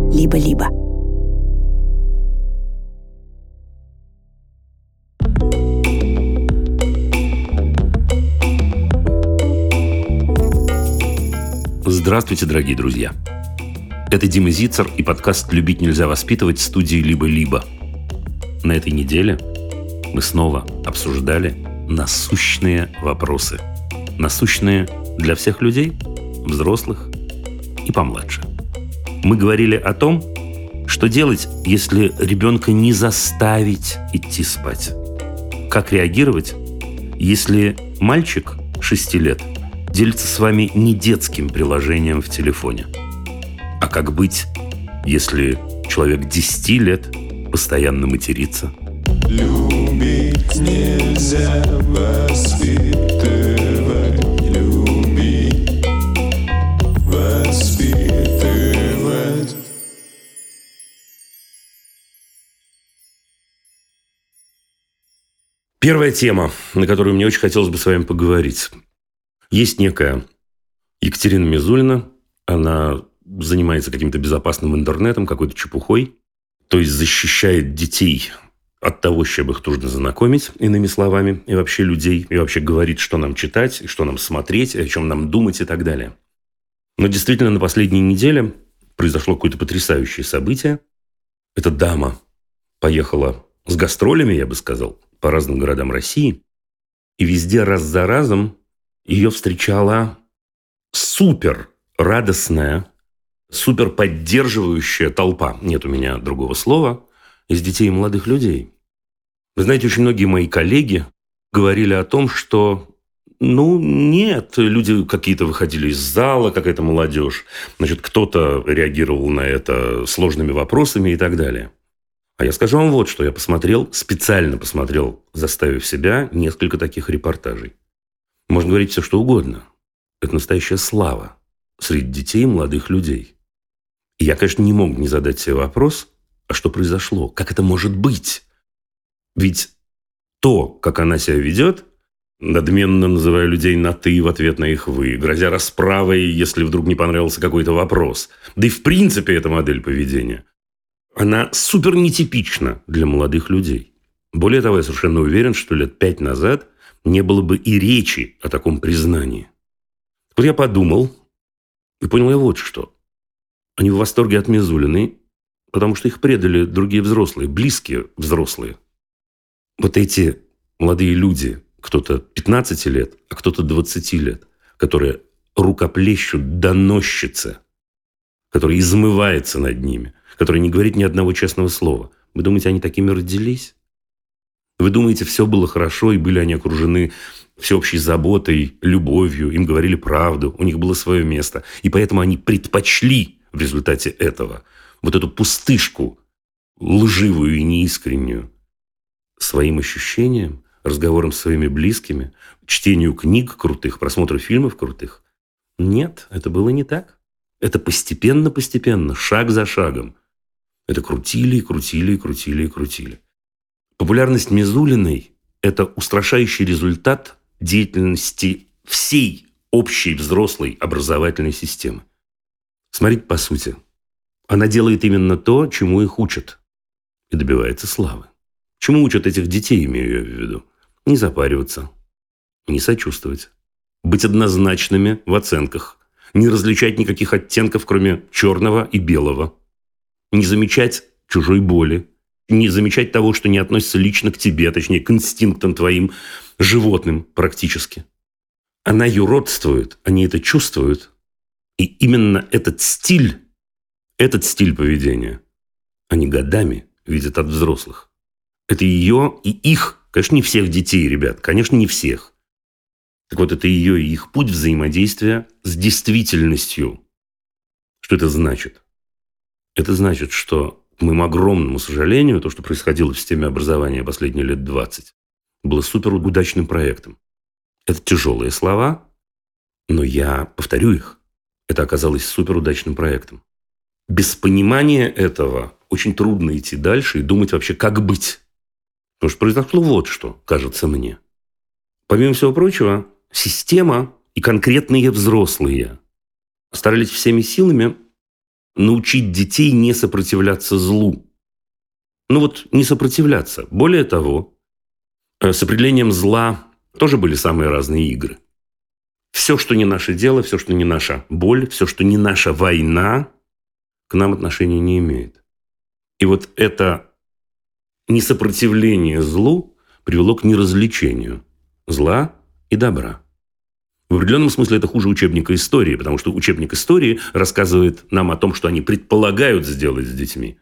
«Либо-либо». Здравствуйте, дорогие друзья! Это Дима Зицер и подкаст «Любить нельзя воспитывать» студии «Либо-либо». На этой неделе мы снова обсуждали насущные вопросы. Насущные для всех людей, взрослых и помладше. Мы говорили о том, что делать, если ребенка не заставить идти спать. Как реагировать, если мальчик 6 лет делится с вами не детским приложением в телефоне. А как быть, если человек 10 лет постоянно матерится? Любить нельзя воспитывать, любить, воспитывать. Первая тема, на которую мне очень хотелось бы с вами поговорить. Есть некая Екатерина Мизулина, она занимается каким-то безопасным интернетом, какой-то чепухой, то есть защищает детей от того, с чем их трудно знакомить, иными словами, и вообще людей, и вообще говорит, что нам читать, и что нам смотреть, и о чем нам думать и так далее. Но действительно, на последней неделе произошло какое-то потрясающее событие. Эта дама поехала с гастролями, я бы сказал, по разным городам России, и везде раз за разом ее встречала супер радостная, супер поддерживающая толпа, нет у меня другого слова, из детей и молодых людей. Вы знаете, очень многие мои коллеги говорили о том, что, нет, люди какие-то выходили из зала, какая-то молодежь, значит, кто-то реагировал на это сложными вопросами и так далее. А я скажу вам вот что, я специально посмотрел, заставив себя, несколько таких репортажей. Можно говорить все, что угодно. Это настоящая слава среди детей и молодых людей. И я, конечно, не мог не задать себе вопрос, а что произошло? Как это может быть? Ведь то, как она себя ведет, надменно называя людей на «ты» в ответ на их «вы», грозя расправой, если вдруг не понравился какой-то вопрос. Да и в принципе эта модель поведения, она супер нетипична для молодых людей. Более того, я совершенно уверен, что лет 5 назад не было бы и речи о таком признании. Вот я подумал и понял я вот что. Они в восторге от Мизулиной, потому что их предали другие взрослые, близкие взрослые. Вот эти молодые люди, кто-то 15 лет, а кто-то 20 лет, которые рукоплещут доносчице, который измывается над ними, который не говорит ни одного честного слова. Вы думаете, они такими родились? Вы думаете, все было хорошо, и были они окружены всеобщей заботой, любовью, им говорили правду, у них было свое место. И поэтому они предпочли в результате этого вот эту пустышку, лживую и неискреннюю, своим ощущениям, разговорам с своими близкими, чтению книг крутых, просмотру фильмов крутых. Нет, это было не так. Это постепенно, шаг за шагом. Это крутили. Популярность Мизулиной – это устрашающий результат деятельности всей общей взрослой образовательной системы. Смотрите по сути. Она делает именно то, чему их учат, и добивается славы. Чему учат этих детей, имею я в виду? Не запариваться, не сочувствовать, быть однозначными в оценках, не различать никаких оттенков, кроме черного и белого, не замечать чужой боли, не замечать того, что не относится лично к тебе, точнее, к инстинктам твоим животным практически. Она юродствует, они это чувствуют. И именно этот стиль поведения они годами видят от взрослых. Это ее и их, конечно, не всех детей, ребят, конечно, не всех. Так вот, это ее и их путь взаимодействия с действительностью. Что это значит? Это значит, что к моему огромному сожалению, то, что происходило в системе образования последние лет 20, было суперудачным проектом. Это тяжелые слова, но я повторю их. Это оказалось суперудачным проектом. Без понимания этого очень трудно идти дальше и думать вообще, как быть. Потому что произошло вот что, кажется мне. Помимо всего прочего, система и конкретные взрослые старались всеми силами научить детей не сопротивляться злу. Не сопротивляться. Более того, с определением зла тоже были самые разные игры. Все, что не наше дело, все, что не наша боль, все, что не наша война, к нам отношения не имеет. И вот это несопротивление злу привело к неразличению зла и добра. В определенном смысле это хуже учебника истории, потому что учебник истории рассказывает нам о том, что они предполагают сделать с детьми.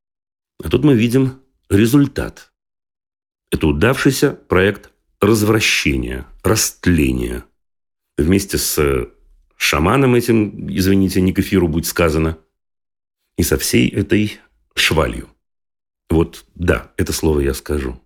А тут мы видим результат. Это удавшийся проект развращения, растления. Вместе с шаманом этим, извините, не к эфиру будет сказано, и со всей этой швалью. Вот да, это слово я скажу.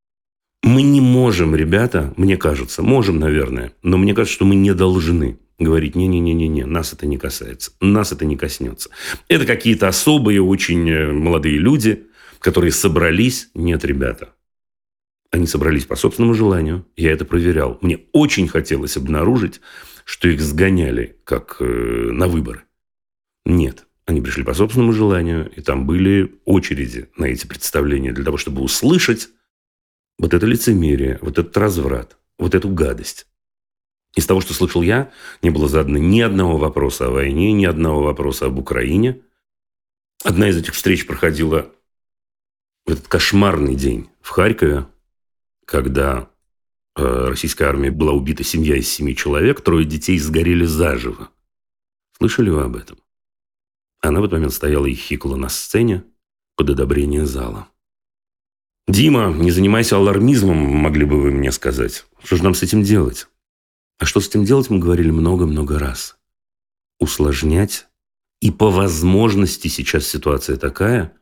Мы не можем, ребята, мне кажется, можем, наверное, но мне кажется, что мы не должны говорить: не-не-не-не, нас это не касается, нас это не коснется. Это какие-то особые, очень молодые люди, которые собрались. Нет, ребята. Они собрались по собственному желанию. Я это проверял. Мне очень хотелось обнаружить, что их сгоняли как на выборы. Нет. Они пришли по собственному желанию, и там были очереди на эти представления для того, чтобы услышать вот это лицемерие, вот этот разврат, вот эту гадость. Из того, что слышал я, не было задано ни одного вопроса о войне, ни одного вопроса об Украине. Одна из этих встреч проходила в этот кошмарный день в Харькове, когда российская армия была убита, семья из 7 человек, 3 детей сгорели заживо. Слышали вы об этом? Она в этот момент стояла и хихикала на сцене под одобрение зала. «Дима, не занимайся алармизмом, могли бы вы мне сказать. Что же нам с этим делать?» А что с этим делать, мы говорили много-много раз. Усложнять. И по возможности сейчас ситуация такая,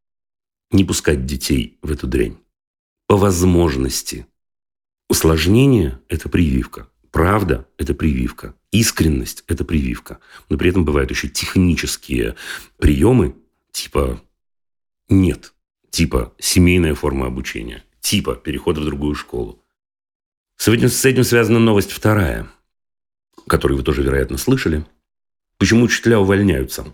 не пускать детей в эту дрянь. По возможности. Усложнение – это прививка. Правда – это прививка. Искренность – это прививка. Но при этом бывают еще технические приемы, типа «нет», типа «семейная форма обучения», типа «переход в другую школу». С этим связана новость вторая, которую вы тоже, вероятно, слышали. Почему учителя увольняются?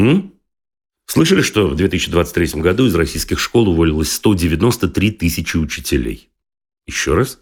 Слышали, что в 2023 году из российских школ уволилось 193 тысячи учителей? Еще раз.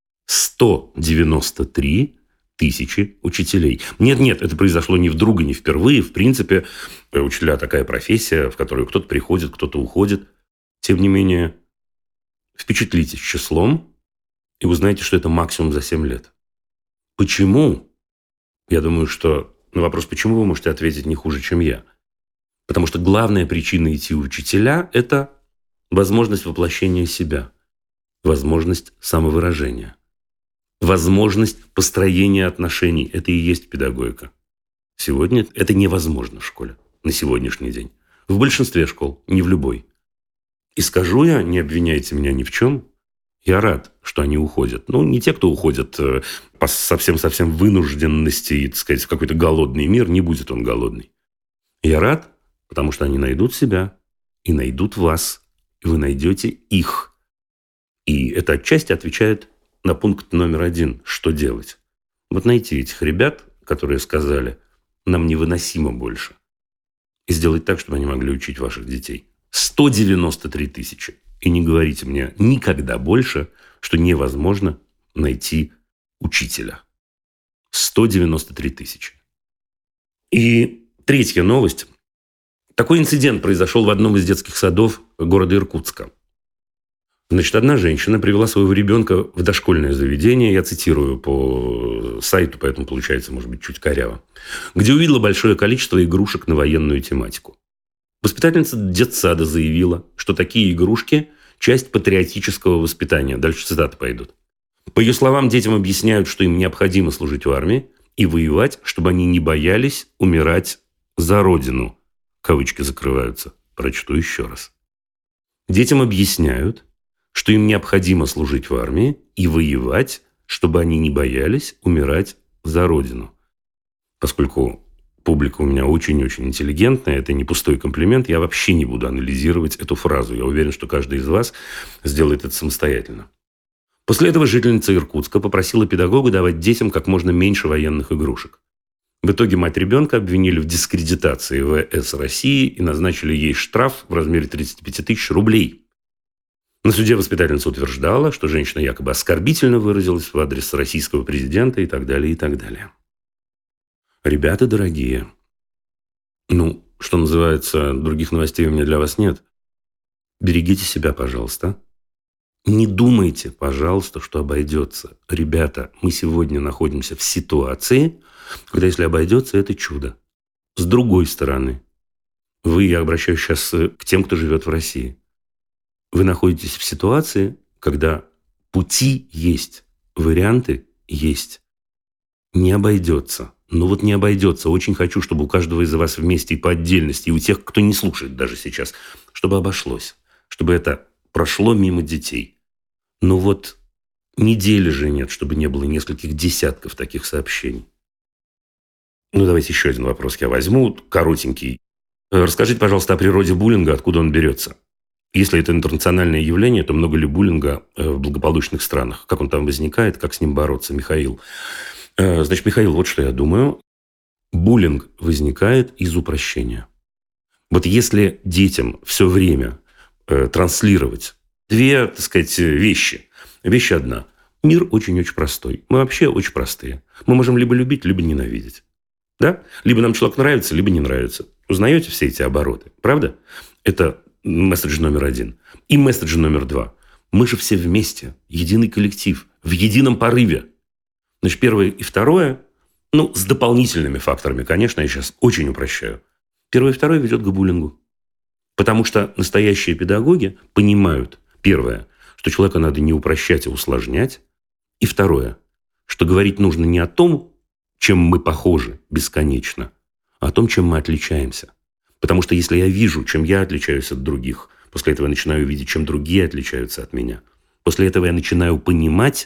193 тысячи учителей. Нет, это произошло не вдруг и не впервые. В принципе, учителя такая профессия, в которую кто-то приходит, кто-то уходит. Тем не менее, впечатлитесь числом и узнаете, что это максимум за 7 лет. Почему? Я думаю, что на вопрос «почему» вы можете ответить не хуже, чем я. Потому что главная причина идти в учителя – это возможность воплощения себя, возможность самовыражения. Возможность построения отношений. Это и есть педагогика. Сегодня это невозможно в школе. На сегодняшний день. В большинстве школ, не в любой. И скажу я, не обвиняйте меня ни в чем, я рад, что они уходят. Не те, кто уходят по совсем-совсем вынужденности и, так сказать, в какой-то голодный мир. Не будет он голодный. Я рад, потому что они найдут себя и найдут вас. И вы найдете их. И это отчасти отвечает на пункт номер 1. Что делать? Вот найти этих ребят, которые сказали, нам невыносимо больше. И сделать так, чтобы они могли учить ваших детей. 193 тысячи. И не говорите мне никогда больше, что невозможно найти учителя. 193 тысячи. И третья новость. Такой инцидент произошел в одном из детских садов города Иркутска. Значит, одна женщина привела своего ребенка в дошкольное заведение, я цитирую по сайту, поэтому получается, может быть, чуть коряво, где увидела большое количество игрушек на военную тематику. Воспитательница детсада заявила, что такие игрушки – часть патриотического воспитания. Дальше цитаты пойдут. По ее словам, детям объясняют, что им необходимо служить в армии и воевать, чтобы они не боялись умирать за Родину. Кавычки закрываются. Прочту еще раз. Детям объясняют, что им необходимо служить в армии и воевать, чтобы они не боялись умирать за Родину. Поскольку публика у меня очень-очень интеллигентная, это не пустой комплимент, я вообще не буду анализировать эту фразу. Я уверен, что каждый из вас сделает это самостоятельно. После этого жительница Иркутска попросила педагога давать детям как можно меньше военных игрушек. В итоге мать ребенка обвинили в дискредитации ВС России и назначили ей штраф в размере 35 тысяч рублей. На суде воспитательница утверждала, что женщина якобы оскорбительно выразилась в адрес российского президента и так далее, и так далее. Ребята дорогие, что называется, других новостей у меня для вас нет. Берегите себя, пожалуйста. Не думайте, пожалуйста, что обойдется. Ребята, мы сегодня находимся в ситуации, когда если обойдется, это чудо. С другой стороны, я обращаюсь сейчас к тем, кто живет в России. Вы находитесь в ситуации, когда пути есть, варианты есть. Не обойдется. Не обойдется. Очень хочу, чтобы у каждого из вас вместе и по отдельности, и у тех, кто не слушает даже сейчас, чтобы обошлось. Чтобы это прошло мимо детей. Недели же нет, чтобы не было нескольких десятков таких сообщений. Давайте еще один вопрос я возьму, коротенький. Расскажите, пожалуйста, о природе буллинга, откуда он берется. Если это интернациональное явление, то много ли буллинга в благополучных странах? Как он там возникает, как с ним бороться, Михаил? Значит, Михаил, вот что я думаю. Буллинг возникает из упрощения. Если детям все время транслировать две, вещи. Вещь одна. Мир очень-очень простой. Мы вообще очень простые. Мы можем либо любить, либо ненавидеть. Да? Либо нам человек нравится, либо не нравится. Узнаете все эти обороты? Правда? Это месседж номер 1. И месседж номер 2. Мы же все вместе. Единый коллектив. В едином порыве. Значит, первое и второе, с дополнительными факторами, конечно, я сейчас очень упрощаю. Первое и второе ведет к буллингу. Потому что настоящие педагоги понимают, первое, что человека надо не упрощать, а усложнять. И второе, что говорить нужно не о том, чем мы похожи бесконечно, а о том, чем мы отличаемся. Потому что если я вижу, чем я отличаюсь от других, после этого я начинаю видеть, чем другие отличаются от меня. После этого я начинаю понимать,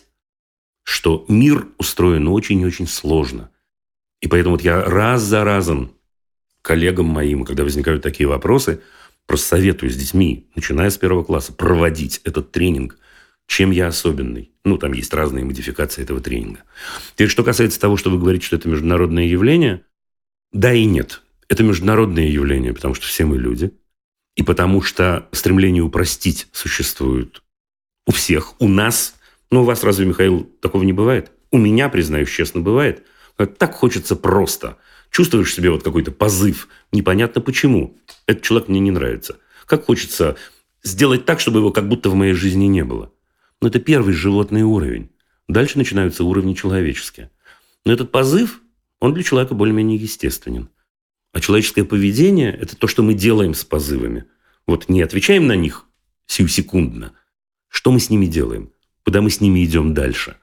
что мир устроен очень и очень сложно. И поэтому я раз за разом коллегам моим, когда возникают такие вопросы, просто советую с детьми, начиная с 1 класса, проводить этот тренинг. Чем я особенный? Там есть разные модификации этого тренинга. Теперь, что касается того, что вы говорите, что это международное явление, да и нет. Это международное явление, потому что все мы люди. И потому что стремление упростить существует у всех, у нас. У вас разве, Михаил, такого не бывает? У меня, признаюсь честно, бывает. Так хочется просто. Чувствуешь в себе какой-то позыв. Непонятно почему. Этот человек мне не нравится. Как хочется сделать так, чтобы его как будто в моей жизни не было. Это первый животный уровень. Дальше начинаются уровни человеческие. Но этот позыв, он для человека более-менее естественен. А человеческое поведение – это то, что мы делаем с позывами. Не отвечаем на них сиюсекундно. Что мы с ними делаем? Куда мы с ними идем дальше?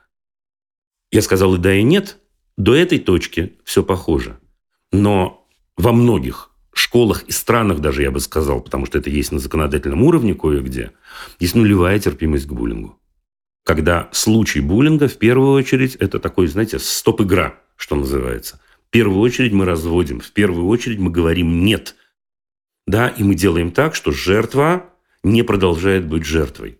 Я сказал и да, и нет. До этой точки все похоже. Но во многих школах и странах даже, я бы сказал, потому что это есть на законодательном уровне кое-где, есть нулевая терпимость к буллингу. Когда случай буллинга, в первую очередь, это такой, стоп-игра, что называется. В первую очередь мы разводим, в первую очередь мы говорим «нет». Да, и мы делаем так, что жертва не продолжает быть жертвой.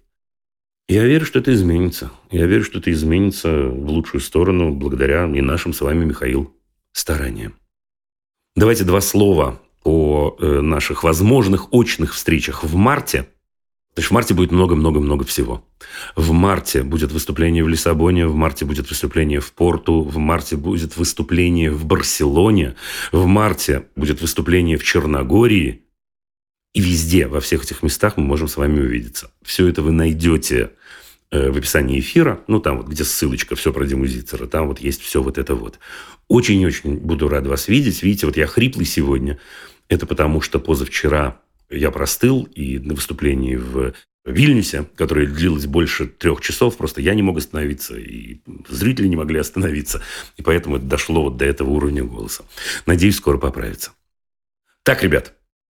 Я верю, что это изменится. Я верю, что это изменится в лучшую сторону благодаря и нашим с вами, Михаил, стараниям. Давайте 2 слова о наших возможных очных встречах в марте. Значит, в марте будет много-много-много всего. В марте будет выступление в Лиссабоне, в марте будет выступление в Порту, в марте будет выступление в Барселоне, в марте будет выступление в Черногории. И везде, во всех этих местах мы можем с вами увидеться. Все это вы найдете в описании эфира. Там где ссылочка «Все про Диму Зицера». Там есть все это. Очень-очень буду рад вас видеть. Видите, я хриплый сегодня. Это потому, что позавчера я простыл. И на выступлении в Вильнюсе, которое длилось больше 3 часов, просто я не мог остановиться. И зрители не могли остановиться. И поэтому это дошло до этого уровня голоса. Надеюсь, скоро поправится. Так, ребят.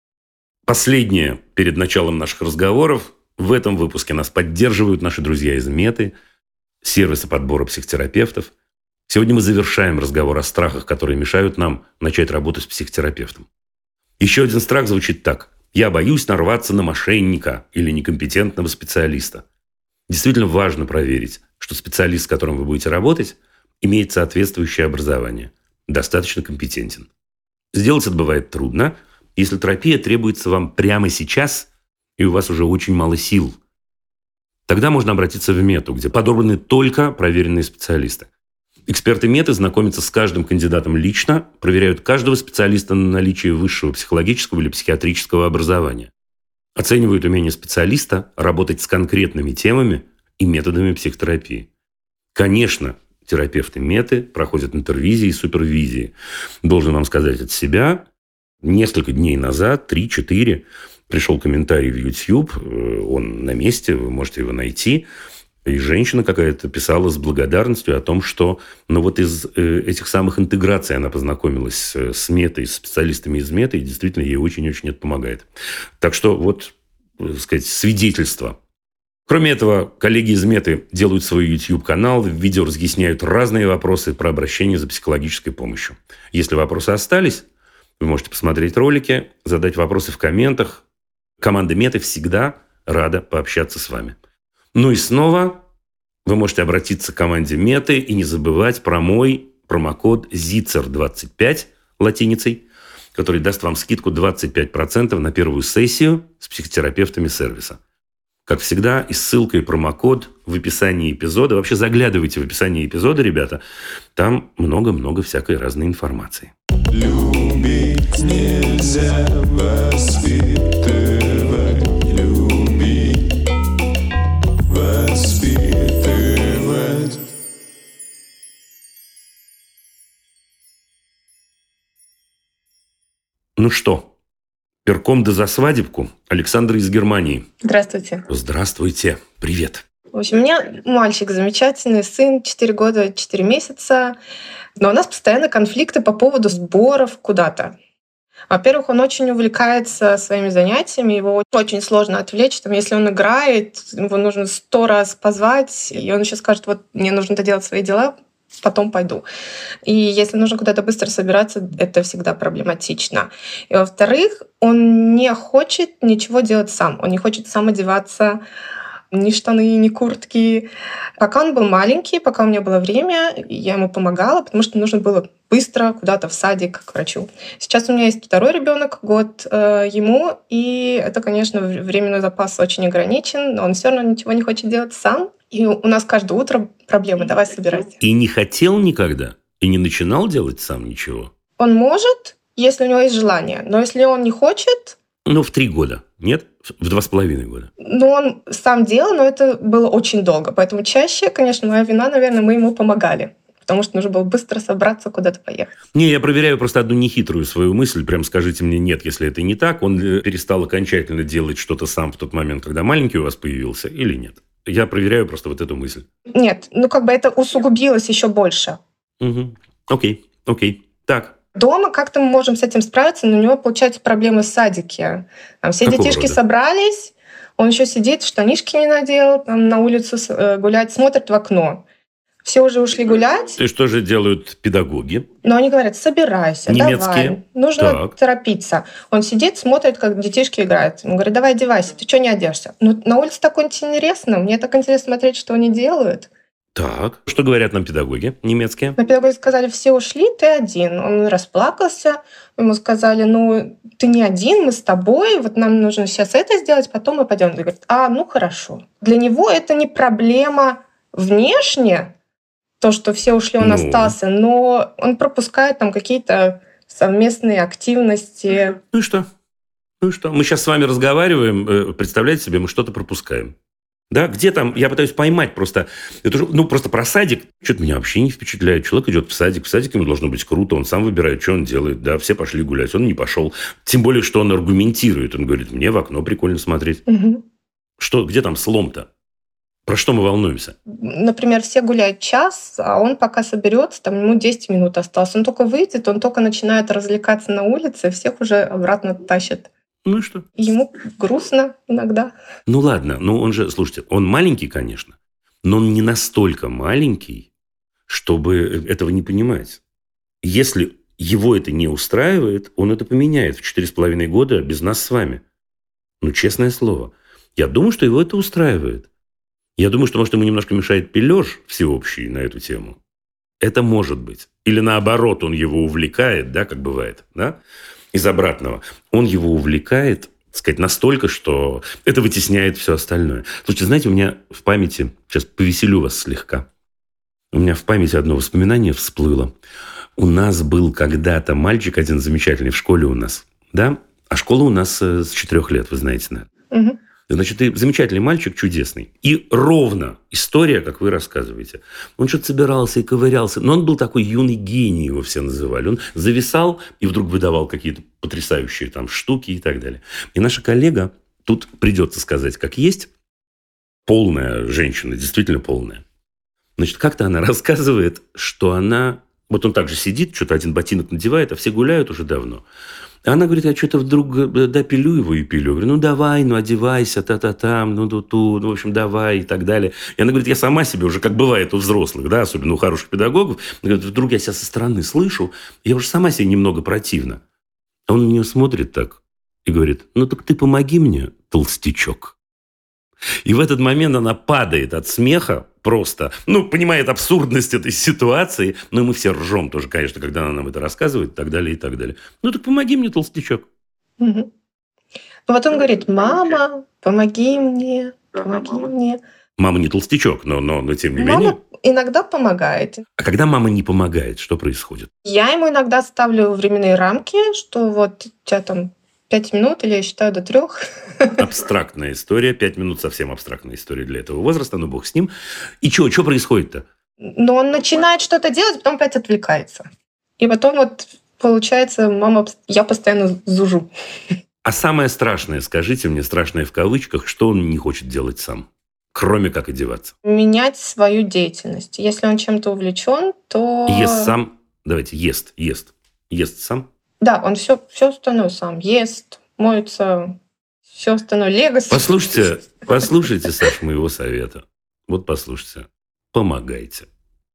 Последнее перед началом наших разговоров. В этом выпуске нас поддерживают наши друзья из Меты, сервиса подбора психотерапевтов. Сегодня мы завершаем разговор о страхах, которые мешают нам начать работу с психотерапевтом. Еще один страх звучит так. Я боюсь нарваться на мошенника или некомпетентного специалиста. Действительно важно проверить, что специалист, с которым вы будете работать, имеет соответствующее образование. достаточно компетентен. Сделать это бывает трудно, если терапия требуется вам прямо сейчас, и у вас уже очень мало сил. Тогда можно обратиться в мету, где подобраны только проверенные специалисты. Эксперты меты знакомятся с каждым кандидатом лично, проверяют каждого специалиста на наличие высшего психологического или психиатрического образования. Оценивают умение специалиста работать с конкретными темами и методами психотерапии. Конечно, терапевты меты проходят интервизии и супервизии. Должен вам сказать от себя, несколько дней назад, 3-4, пришел комментарий в YouTube, он на месте, вы можете его найти, и женщина какая-то писала с благодарностью о том, что вот из этих самых интеграций она познакомилась с метой, с специалистами из меты, и действительно ей очень-очень это помогает. Так что так сказать, свидетельство. Кроме этого, коллеги из меты делают свой YouTube-канал, в видео разъясняют разные вопросы про обращение за психологической помощью. Если вопросы остались, вы можете посмотреть ролики, задать вопросы в комментах. Команда меты всегда рада пообщаться с вами. Ну и снова вы можете обратиться к команде меты и не забывать про мой промокод ZITZER25 латиницей, который даст вам скидку 25% на первую сессию с психотерапевтами сервиса. Как всегда, и ссылка, и промокод в описании эпизода. Вообще заглядывайте в описание эпизода, ребята. Там много-много всякой разной информации. Любить нельзя воспитывать, любить, воспитывать. Ну что, перком да за свадебку. Александра из Германии. Здравствуйте. Здравствуйте. Привет. В общем, у меня мальчик замечательный, сын, 4 года, 4 месяца. Но у нас постоянно конфликты по поводу сборов куда-то. Во-первых, он очень увлекается своими занятиями, его очень сложно отвлечь. Если он играет, его нужно 100 раз позвать, и он еще скажет, мне нужно доделать свои дела, потом пойду. И если нужно куда-то быстро собираться, это всегда проблематично. И во-вторых, он не хочет ничего делать сам. Он не хочет сам одеваться, ни штаны, ни куртки. Пока он был маленький, пока у меня было время, я ему помогала, потому что нужно было быстро куда-то в садик к врачу. Сейчас у меня есть второй ребенок, год ему, и это, конечно, временной запас очень ограничен, но он все равно ничего не хочет делать сам. И у нас каждое утро проблемы. Давай собирать. И не хотел никогда? И не начинал делать сам ничего? Он может, если у него есть желание. Но если он не хочет... В 3 года, нет? В 2,5 года. Он сам делал, но это было очень долго. Поэтому чаще, конечно, моя вина, наверное, мы ему помогали. Потому что нужно было быстро собраться, куда-то поехать. Не, я проверяю просто одну нехитрую свою мысль. Прям скажите мне нет, если это не так. Он перестал окончательно делать что-то сам в тот момент, когда маленький у вас появился, или нет? Я проверяю просто эту мысль. Нет, это усугубилось еще больше. Угу. Окей. Так. Дома как-то мы можем с этим справиться, но у него, получается, проблемы в садике. Там все Какого детишки рода? Собрались, он еще сидит, штанишки не надел, там на улицу гулять, смотрит в окно. Все уже ушли гулять. И что же делают педагоги? Но они говорят, собирайся, Немецкие? давай. Нужно торопиться. Он сидит, смотрит, как детишки играют. Он говорит, давай одевайся, ты что не одежься? На улице так интересно. Мне так интересно смотреть, что они делают. Так. Что говорят нам педагоги немецкие? Но педагоги сказали, все ушли, ты один. Он расплакался. Ему сказали, ты не один, мы с тобой. Нам нужно сейчас это сделать, потом мы пойдем. Он говорит, хорошо. Для него это не проблема внешне, то, что все ушли, он остался, но он пропускает там какие-то совместные активности. Ну и что? Мы сейчас с вами разговариваем, представляете себе, мы что-то пропускаем. Да, где там, я пытаюсь поймать просто, это же, просто про садик, что-то меня вообще не впечатляет. Человек идет в садик ему должно быть круто, он сам выбирает, что он делает, да, все пошли гулять, он не пошел. Тем более, что он аргументирует, он говорит, мне в окно прикольно смотреть. Угу. Где там слом-то? Про что мы волнуемся? Например, все гуляют час, а он пока соберется, ему 10 минут осталось. Он только выйдет, он только начинает развлекаться на улице, всех уже обратно тащит. Ну и что? Ему грустно иногда. Ладно, он же, слушайте, он маленький, конечно, но он не настолько маленький, чтобы этого не понимать. Если его это не устраивает, он это поменяет в 4,5 года без нас с вами. Честное слово. Я думаю, что его это устраивает. Я думаю, что, может, ему немножко мешает пилёж всеобщий на эту тему. Это может быть. Или наоборот, он его увлекает, да, как бывает, да, из обратного. Он его увлекает, так сказать, настолько, что это вытесняет все остальное. Слушайте, знаете, у меня в памяти, сейчас повеселю вас слегка, у меня в памяти одно воспоминание всплыло. У нас был когда-то мальчик один замечательный в школе у нас, да, а школа у нас с 4 лет, вы знаете, наверное. Угу. Значит, и замечательный мальчик, чудесный. И ровно история, как вы рассказываете. Он что-то собирался и ковырялся. Но он был такой юный гений, его все называли. Он зависал и вдруг выдавал какие-то потрясающие там штуки и так далее. И наша коллега, тут придется сказать, как есть, полная женщина, действительно полная. Значит, как-то она рассказывает, что она... Вот он также сидит, что-то один ботинок надевает, а все гуляют уже давно. Она говорит, я что-то вдруг, да, пилю его и пилю. Я говорю, ну, давай, ну, одевайся, та-та-там, ну, ту-ту, ну, в общем, давай и так далее. И она говорит, я сама себе уже, как бывает у взрослых, да, особенно у хороших педагогов, она говорит, вдруг я себя со стороны слышу, я уже сама себе немного противна. А он на нее смотрит так и говорит, ну, так ты помоги мне, толстячок. И в этот момент она падает от смеха просто, ну, понимает абсурдность этой ситуации, но мы все ржем тоже, конечно, когда она нам это рассказывает, и так далее, и так далее. Ну, так помоги мне, толстячок. Угу. Ну, вот он говорит, мама, помоги мне, помоги мне. Мама не толстячок, но тем не Мама менее. иногда помогает. А когда мама не помогает, что происходит? Я ему иногда ставлю временные рамки, что вот у тебя там 5 минут, или я считаю до 3. Абстрактная история. 5 минут совсем абстрактная история для этого возраста, но бог с ним. И что происходит-то? Но он начинает что-то делать, потом опять отвлекается. И потом вот получается, мама, я постоянно зужу. А самое страшное, скажите мне, страшное в кавычках, что он не хочет делать сам? Кроме как одеваться. Менять свою деятельность. Если он чем-то увлечен, то... Ест сам. Давайте, ест. Ест сам. Да, он все остальное сам ест, моется, все остальное лего. Послушайте, Саш, моего совета. Вот послушайте. Помогайте.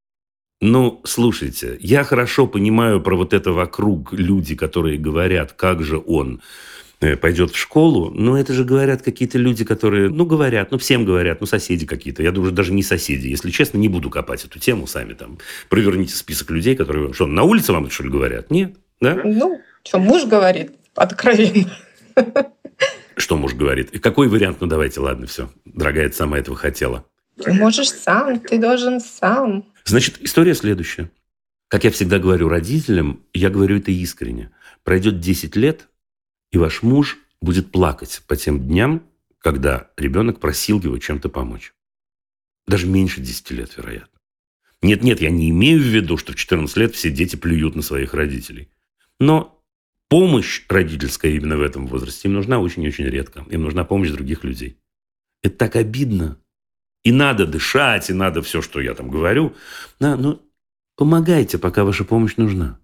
Ну, слушайте, я хорошо понимаю про вот это вокруг люди, которые говорят, как же он пойдет в школу, но это же говорят какие-то люди, которые, говорят, всем говорят, соседи какие-то. Я думаю, даже не соседи. Если честно, не буду копать эту тему сами там. Проверните список людей, которые... Что, на улице вам это, что ли, говорят? Нет? Да? Что, муж говорит откровенно. Что муж говорит? И какой вариант? Давайте, ладно, все. Дорогая, ты сама этого хотела. Ты можешь сам, ты должен сам. Значит, история следующая. Как я всегда говорю родителям, я говорю это искренне. Пройдет 10 лет, и ваш муж будет плакать по тем дням, когда ребенок просил его чем-то помочь. Даже меньше 10 лет, вероятно. Нет, я не имею в виду, что в 14 лет все дети плюют на своих родителей. Но помощь родительская именно в этом возрасте им нужна очень-очень редко. Им нужна помощь других людей. Это так обидно. И надо дышать, и надо все, что я там говорю. Но помогайте, пока ваша помощь нужна.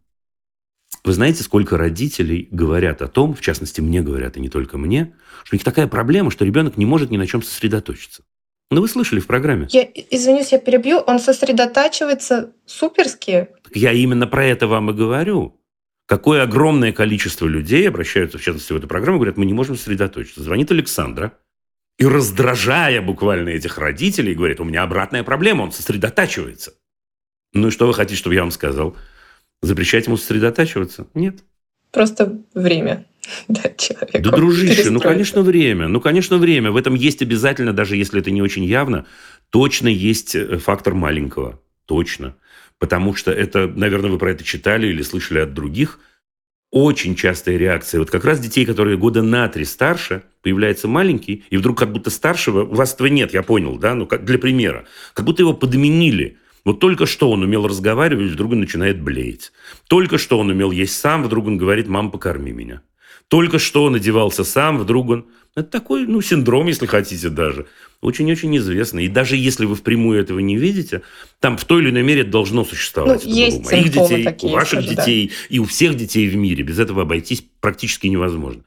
Вы знаете, сколько родителей говорят о том, в частности, мне говорят, и не только мне, что у них такая проблема, что ребенок не может ни на чем сосредоточиться. Вы слышали в программе. Извинюсь, я перебью. Он сосредотачивается суперски. Я именно про это вам и говорю. Какое огромное количество людей обращаются, в частности, в эту программу, говорят, мы не можем сосредоточиться. Звонит Александра и, раздражая буквально этих родителей, говорит, у меня обратная проблема, он сосредотачивается. Ну и что вы хотите, чтобы я вам сказал? Запрещать ему сосредотачиваться? Нет. Просто время дать человеку. Да, дружище, конечно, время. Конечно, время. В этом есть обязательно, даже если это не очень явно, точно есть фактор маленького. Точно. Потому что это, наверное, вы про это читали или слышали от других. Очень частая реакция. Вот как раз детей, которые года на 3 старше, появляется маленький, и вдруг как будто старшего, у вас этого нет, я понял, да? Как для примера. Как будто его подменили. Вот только что он умел разговаривать, вдруг он начинает блеять. Только что он умел есть сам, вдруг он говорит, мама, покорми меня. Только что он одевался сам, вдруг он... Это такой, синдром, если хотите даже. Очень-очень известный. И даже если вы впрямую этого не видите, там в той или иной мере это должно существовать. Есть у моих детей, такие, у ваших детей, да. И у всех детей в мире. Без этого обойтись практически невозможно.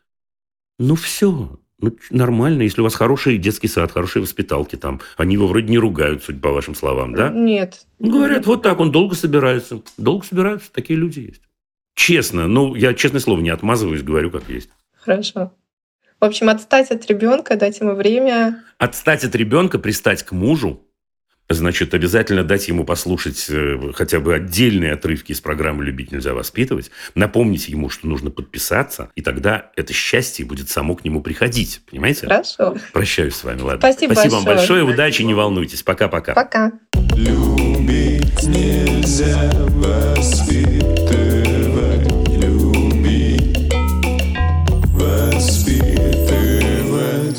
Все. Нормально, если у вас хороший детский сад, хорошие воспиталки там. Они его вроде не ругают, судя по вашим словам, да? Нет. Говорят, вот так, он долго собирается. Долго собираются, такие люди есть. Честно, я, честное слово, не отмазываюсь, говорю, как есть. Хорошо. В общем, отстать от ребенка, дать ему время. Отстать от ребенка, пристать к мужу, значит, обязательно дать ему послушать хотя бы отдельные отрывки из программы «Любить нельзя воспитывать», напомнить ему, что нужно подписаться, и тогда это счастье будет само к нему приходить. Понимаете? Хорошо. Прощаюсь с вами, ладно. Спасибо вам большое, большое. удачи, не волнуйтесь. Пока-пока. Пока. Любить нельзя воспитывать. Любить, воспитывать.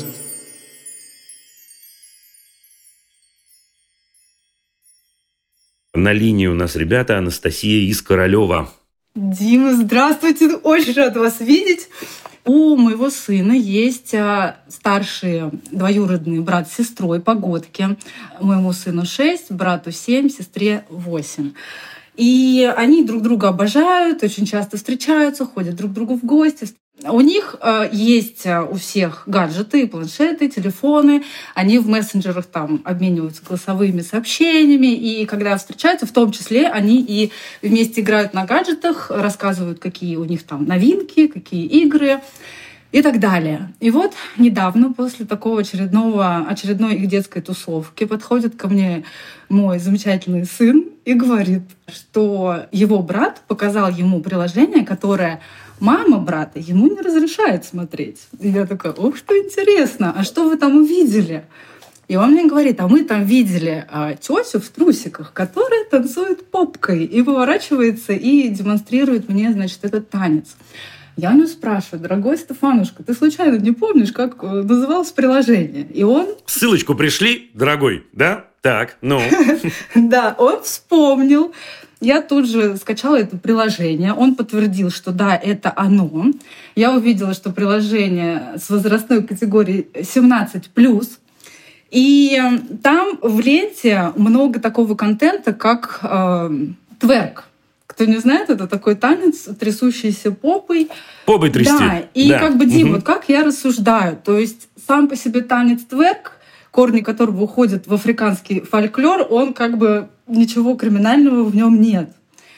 На линии у нас, ребята, Анастасия из Королева. Дима, здравствуйте! Очень рад вас видеть. У моего сына есть старший двоюродный брат с сестрой погодки. Моему сыну 6, брату 7, сестре 8. И они друг друга обожают, очень часто встречаются, ходят друг к другу в гости. У них есть у всех гаджеты, планшеты, телефоны. Они в мессенджерах там обмениваются голосовыми сообщениями. И когда встречаются, в том числе, они и вместе играют на гаджетах, рассказывают, какие у них там новинки, какие игры и так далее. И вот недавно, после такого очередной их детской тусовки, подходит ко мне мой замечательный сын и говорит, что его брат показал ему приложение, которое мама брата ему не разрешает смотреть. И я такая, ух, что интересно, а что вы там увидели? И он мне говорит, а мы там видели тетю в трусиках, которая танцует попкой и выворачивается и демонстрирует мне, значит, этот танец. Я у него спрашиваю, дорогой Стефанушка, ты случайно не помнишь, как называлось приложение? И он... Ссылочку пришли, дорогой, да? Так, ну. Да, он вспомнил. Я тут же скачала это приложение. Он подтвердил, что да, это оно. Я увидела, что приложение с возрастной категорией 17+. И там в ленте много такого контента, как тверк. Кто не знает, это такой танец, трясущийся попой. Попой трясти. Да, и да. как бы, Дим, вот как я рассуждаю. То есть сам по себе танец тверк, корни которого уходят в африканский фольклор, он как бы ничего криминального в нем нет.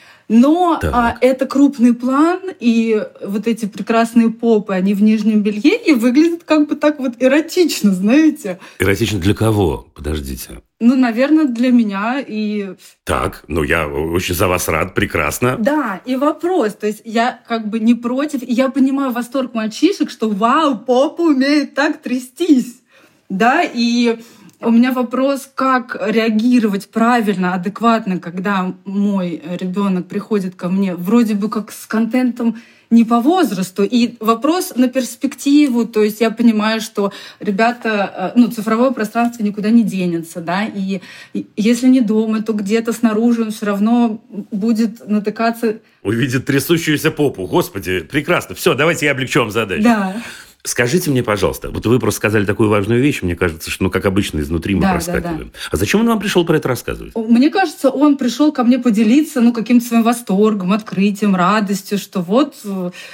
Но это крупный план, и вот эти прекрасные попы, они в нижнем белье, и выглядят как бы так вот эротично, знаете. Эротично для кого? Подождите. Ну, наверное, для меня и... Так, ну я очень за вас рад, прекрасно. Да, и вопрос, то есть я как бы не против, и я понимаю восторг мальчишек, что вау, попа умеет так трястись, да, и... У меня вопрос, как реагировать правильно, адекватно, когда мой ребенок приходит ко мне вроде бы как с контентом не по возрасту. И вопрос на перспективу. То есть я понимаю, что ребята, цифровое пространство никуда не денется, да, и если не дома, то где-то снаружи он все равно будет натыкаться. Увидит трясущуюся попу. Господи, прекрасно. Все, давайте я облегчу вам задачу. Да. Скажите мне, пожалуйста, вот вы просто сказали такую важную вещь, мне кажется, что, как обычно, изнутри мы проскакиваем. Да. А зачем он вам пришел про это рассказывать? Мне кажется, он пришел ко мне поделиться, каким-то своим восторгом, открытием, радостью, что вот,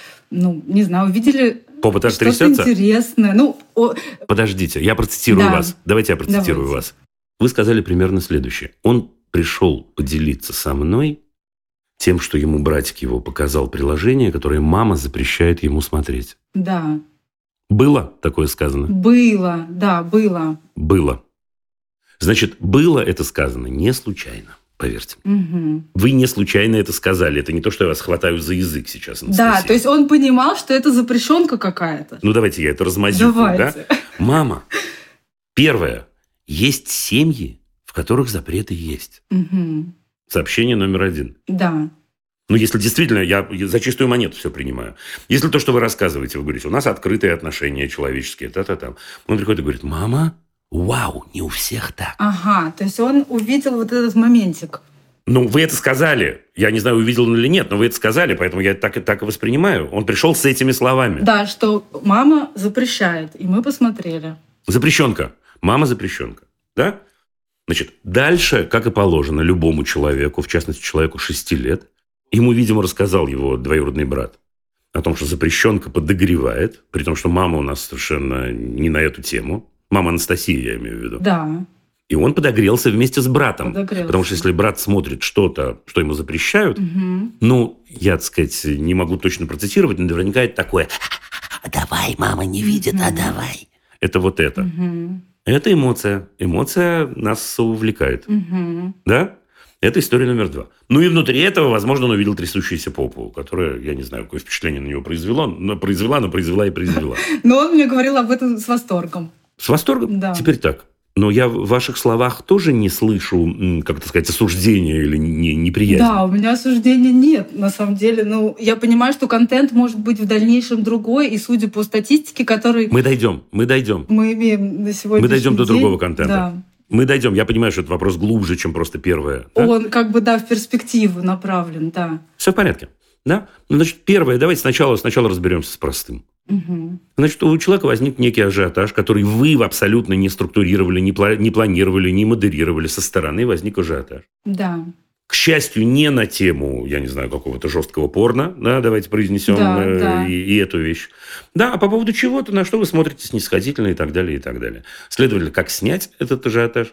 не знаю, увидели попа так что-то трясется? Интересное. Подождите, я процитирую вас. Давайте я процитирую вас. Вы сказали примерно следующее. Он пришел поделиться со мной тем, что ему братик его показал приложение, которое мама запрещает ему смотреть. Да. Было такое сказано? Было, да, было. Было. Значит, было это сказано не случайно, поверьте. Угу. Вы не случайно это сказали. Это не то, что я вас хватаю за язык сейчас, Анастасия. Да, то есть он понимал, что это запрещенка какая-то. Ну, давайте я это размазю. Давайте. Да? Мама, первое. Есть семьи, в которых запреты есть. Угу. Сообщение номер 1. Да. Ну, если действительно, я за чистую монету все принимаю. Если то, что вы рассказываете, вы говорите, у нас открытые отношения человеческие, та-та-та. Он приходит и говорит, мама, вау, не у всех так. Ага, то есть он увидел вот этот моментик. Ну, вы это сказали. Я не знаю, увидел он или нет, но вы это сказали, поэтому я так и воспринимаю. Он пришел с этими словами. Да, что мама запрещает, и мы посмотрели. Запрещенка. Мама запрещенка. Да? Значит, дальше, как и положено любому человеку, в частности, человеку 6 лет, ему, видимо, рассказал его двоюродный брат о том, что запрещенка подогревает, при том, что мама у нас совершенно не на эту тему. Мама Анастасия, я имею в виду. Да. И он подогрелся вместе с братом. Потому что если брат смотрит что-то, что ему запрещают, я, так сказать, не могу точно процитировать, но наверняка это такое: «Давай, мама не видит, а давай». это вот это. Мгм. Это эмоция. Эмоция нас увлекает. Мгм. Да? Это история номер 2. Ну и внутри этого, возможно, он увидел трясущуюся попу, которая, я не знаю, какое впечатление на него произвела, но произвела. Но он мне говорил об этом с восторгом. С восторгом? Да. Теперь так. Но я в ваших словах тоже не слышу, как это сказать, осуждения или неприязни. Да, у меня осуждения нет, на самом деле. Ну, я понимаю, что контент может быть в дальнейшем другой, и судя по статистике, которой Мы дойдем. мы имеем на сегодняшний Мы дойдем до день, другого контента. да, Мы дойдем. Я понимаю, что это вопрос глубже, чем просто первое. Да? он как бы, да, в перспективу направлен, да. Все в порядке. Да? Ну, значит, первое, давайте сначала разберемся с простым. Мгм. Значит, у человека возник некий ажиотаж, который вы абсолютно не структурировали, не планировали, не модерировали. Со стороны возник ажиотаж. Да. К счастью, не на тему, я не знаю, какого-то жесткого порно, да, давайте произнесем Да. и эту вещь. Да, а по поводу чего-то, на что вы смотрите снисходительно и так далее, и так далее. Следовательно, как снять этот ажиотаж?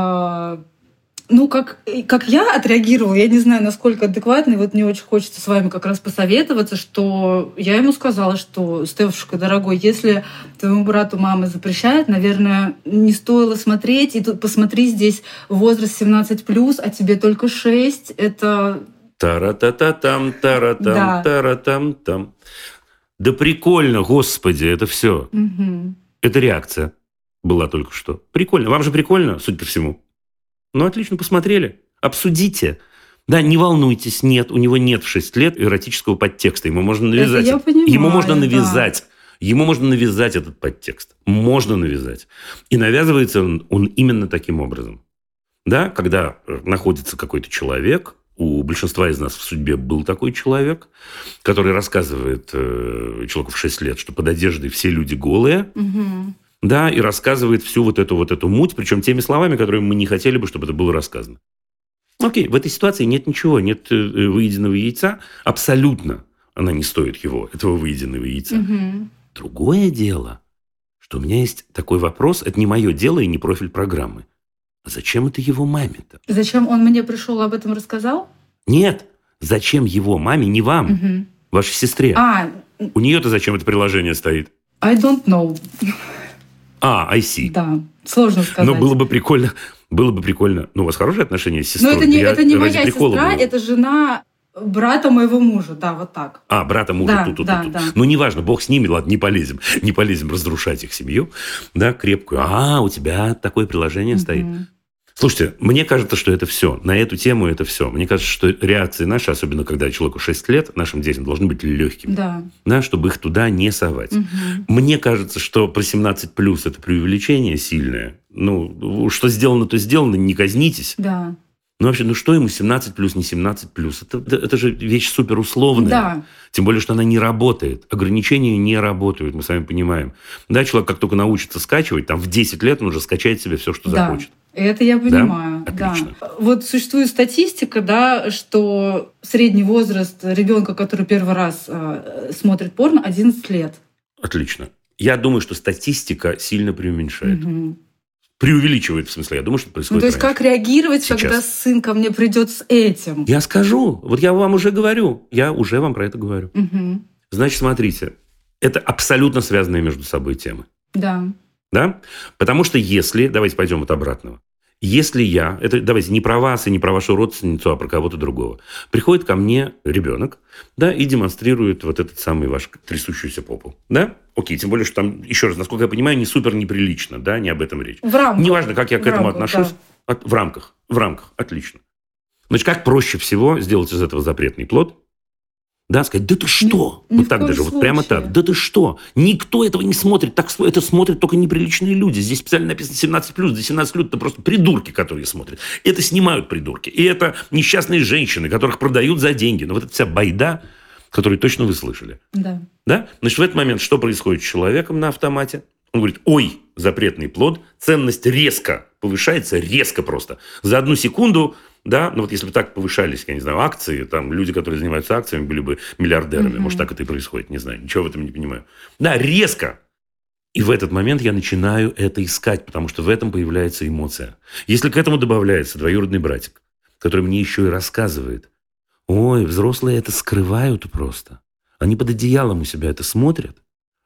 Ну, как я отреагировала, я не знаю, насколько адекватно, и вот мне очень хочется с вами как раз посоветоваться, что я ему сказала, что, Стефушка, дорогой, если твоему брату мама запрещает, наверное, не стоило смотреть, и тут посмотри, здесь возраст 17+, а тебе только 6, это... Тара-та-та-там, таратам, Да. таратам-там. Да прикольно, господи, это все. Мгм. Это реакция была только что. Прикольно. Вам же прикольно, судя по всему. Ну, отлично, посмотрели. Обсудите. Да, не волнуйтесь, нет, у него нет в 6 лет эротического подтекста. Ему можно навязать. я понимаю, Ему можно да. навязать. Ему можно навязать этот подтекст. Можно навязать. И навязывается он именно таким образом. Да, когда находится какой-то человек, у большинства из нас в судьбе был такой человек, который рассказывает человеку в 6 лет, что под одеждой все люди голые, Мгм. да, и рассказывает всю вот эту муть, причем теми словами, которые мы не хотели бы, чтобы это было рассказано. Окей, в этой ситуации нет ничего, нет выеденного яйца. Абсолютно она не стоит его, этого выеденного яйца. Мгм. Другое дело, что у меня есть такой вопрос, это не мое дело и не профиль программы. А зачем это его маме-то? Зачем он мне пришел об этом рассказал? Нет, зачем его маме, не вам, Мгм. вашей сестре? У нее-то зачем это приложение стоит? I don't know. I see. Да, сложно сказать. Но было бы прикольно. Ну, у вас хорошие отношения с сестрой? Но это не ради моя прикола сестра, говорю. это жена брата моего мужа, да, вот так. Брата мужа Да, тут. да, да. Ну, неважно, бог с ними, ладно, не полезем разрушать их семью, да, крепкую. У тебя такое приложение стоит. Мгм. Слушайте, мне кажется, что это все. На эту тему это все. Мне кажется, что реакции наши, особенно когда человеку 6 лет, нашим детям должны быть легкими. Да. Чтобы их туда не совать. Мгм. Мне кажется, что про 17+ это преувеличение сильное. Ну, что сделано, то сделано, не казнитесь. Да. Ну, вообще, что ему 17+, не 17+? Это же вещь суперусловная. Да. Тем более, что она не работает. Ограничения не работают, мы с вами понимаем. Да, человек как только научится скачивать, там в 10 лет он уже скачает себе все, что Да. захочет. Это я понимаю. Да? Да. Отлично. Вот существует статистика, да, что средний возраст ребенка, который первый раз смотрит порно, 11 лет. Отлично. Я думаю, что статистика сильно преуменьшает. Мгм. Преувеличивает, в смысле. Я думаю, что это Ну, происходит то есть раньше. как реагировать, Сейчас. когда сын ко мне придет с этим? Я скажу. Вот я вам уже говорю. Я уже вам про это говорю. Мгм. Значит, смотрите. Это абсолютно связанные между собой темы. Да. Да? Потому что если... Давайте пойдем от обратного. Если я... Это давайте не про вас и не про вашу родственницу, а про кого-то другого. Приходит ко мне ребенок, да, и демонстрирует вот этот самый ваш трясущуюся попу. Да? Окей, тем более, что там, еще раз, насколько я понимаю, не супер неприлично, да, не об этом речь. В рамках. Неважно, как я к В этому рамках, отношусь. В рамках. Отлично. Значит, как проще всего сделать из этого запретный плод? Да, сказать, да ты что? Ни Вот в так коем даже, вот прямо случае. так. Да ты что? Никто этого не смотрит. Так это смотрят только неприличные люди. Здесь специально написано 17+. За 17+ это просто придурки, которые смотрят. Это снимают придурки. И это несчастные женщины, которых продают за деньги. Но вот эта вся байда, которую точно вы слышали. Да. Да? Значит, в этот момент что происходит с человеком на автомате? Он говорит, ой, запретный плод, ценность резко повышается, резко просто. За 1 секунду, да, ну вот если бы так повышались, я не знаю, акции, там люди, которые занимаются акциями, были бы миллиардерами. Может, так это и происходит, не знаю, ничего в этом не понимаю. Да, резко. И в этот момент я начинаю это искать, потому что в этом появляется эмоция. Если к этому добавляется двоюродный братик, который мне еще и рассказывает, ой, взрослые это скрывают просто. Они под одеялом у себя это смотрят,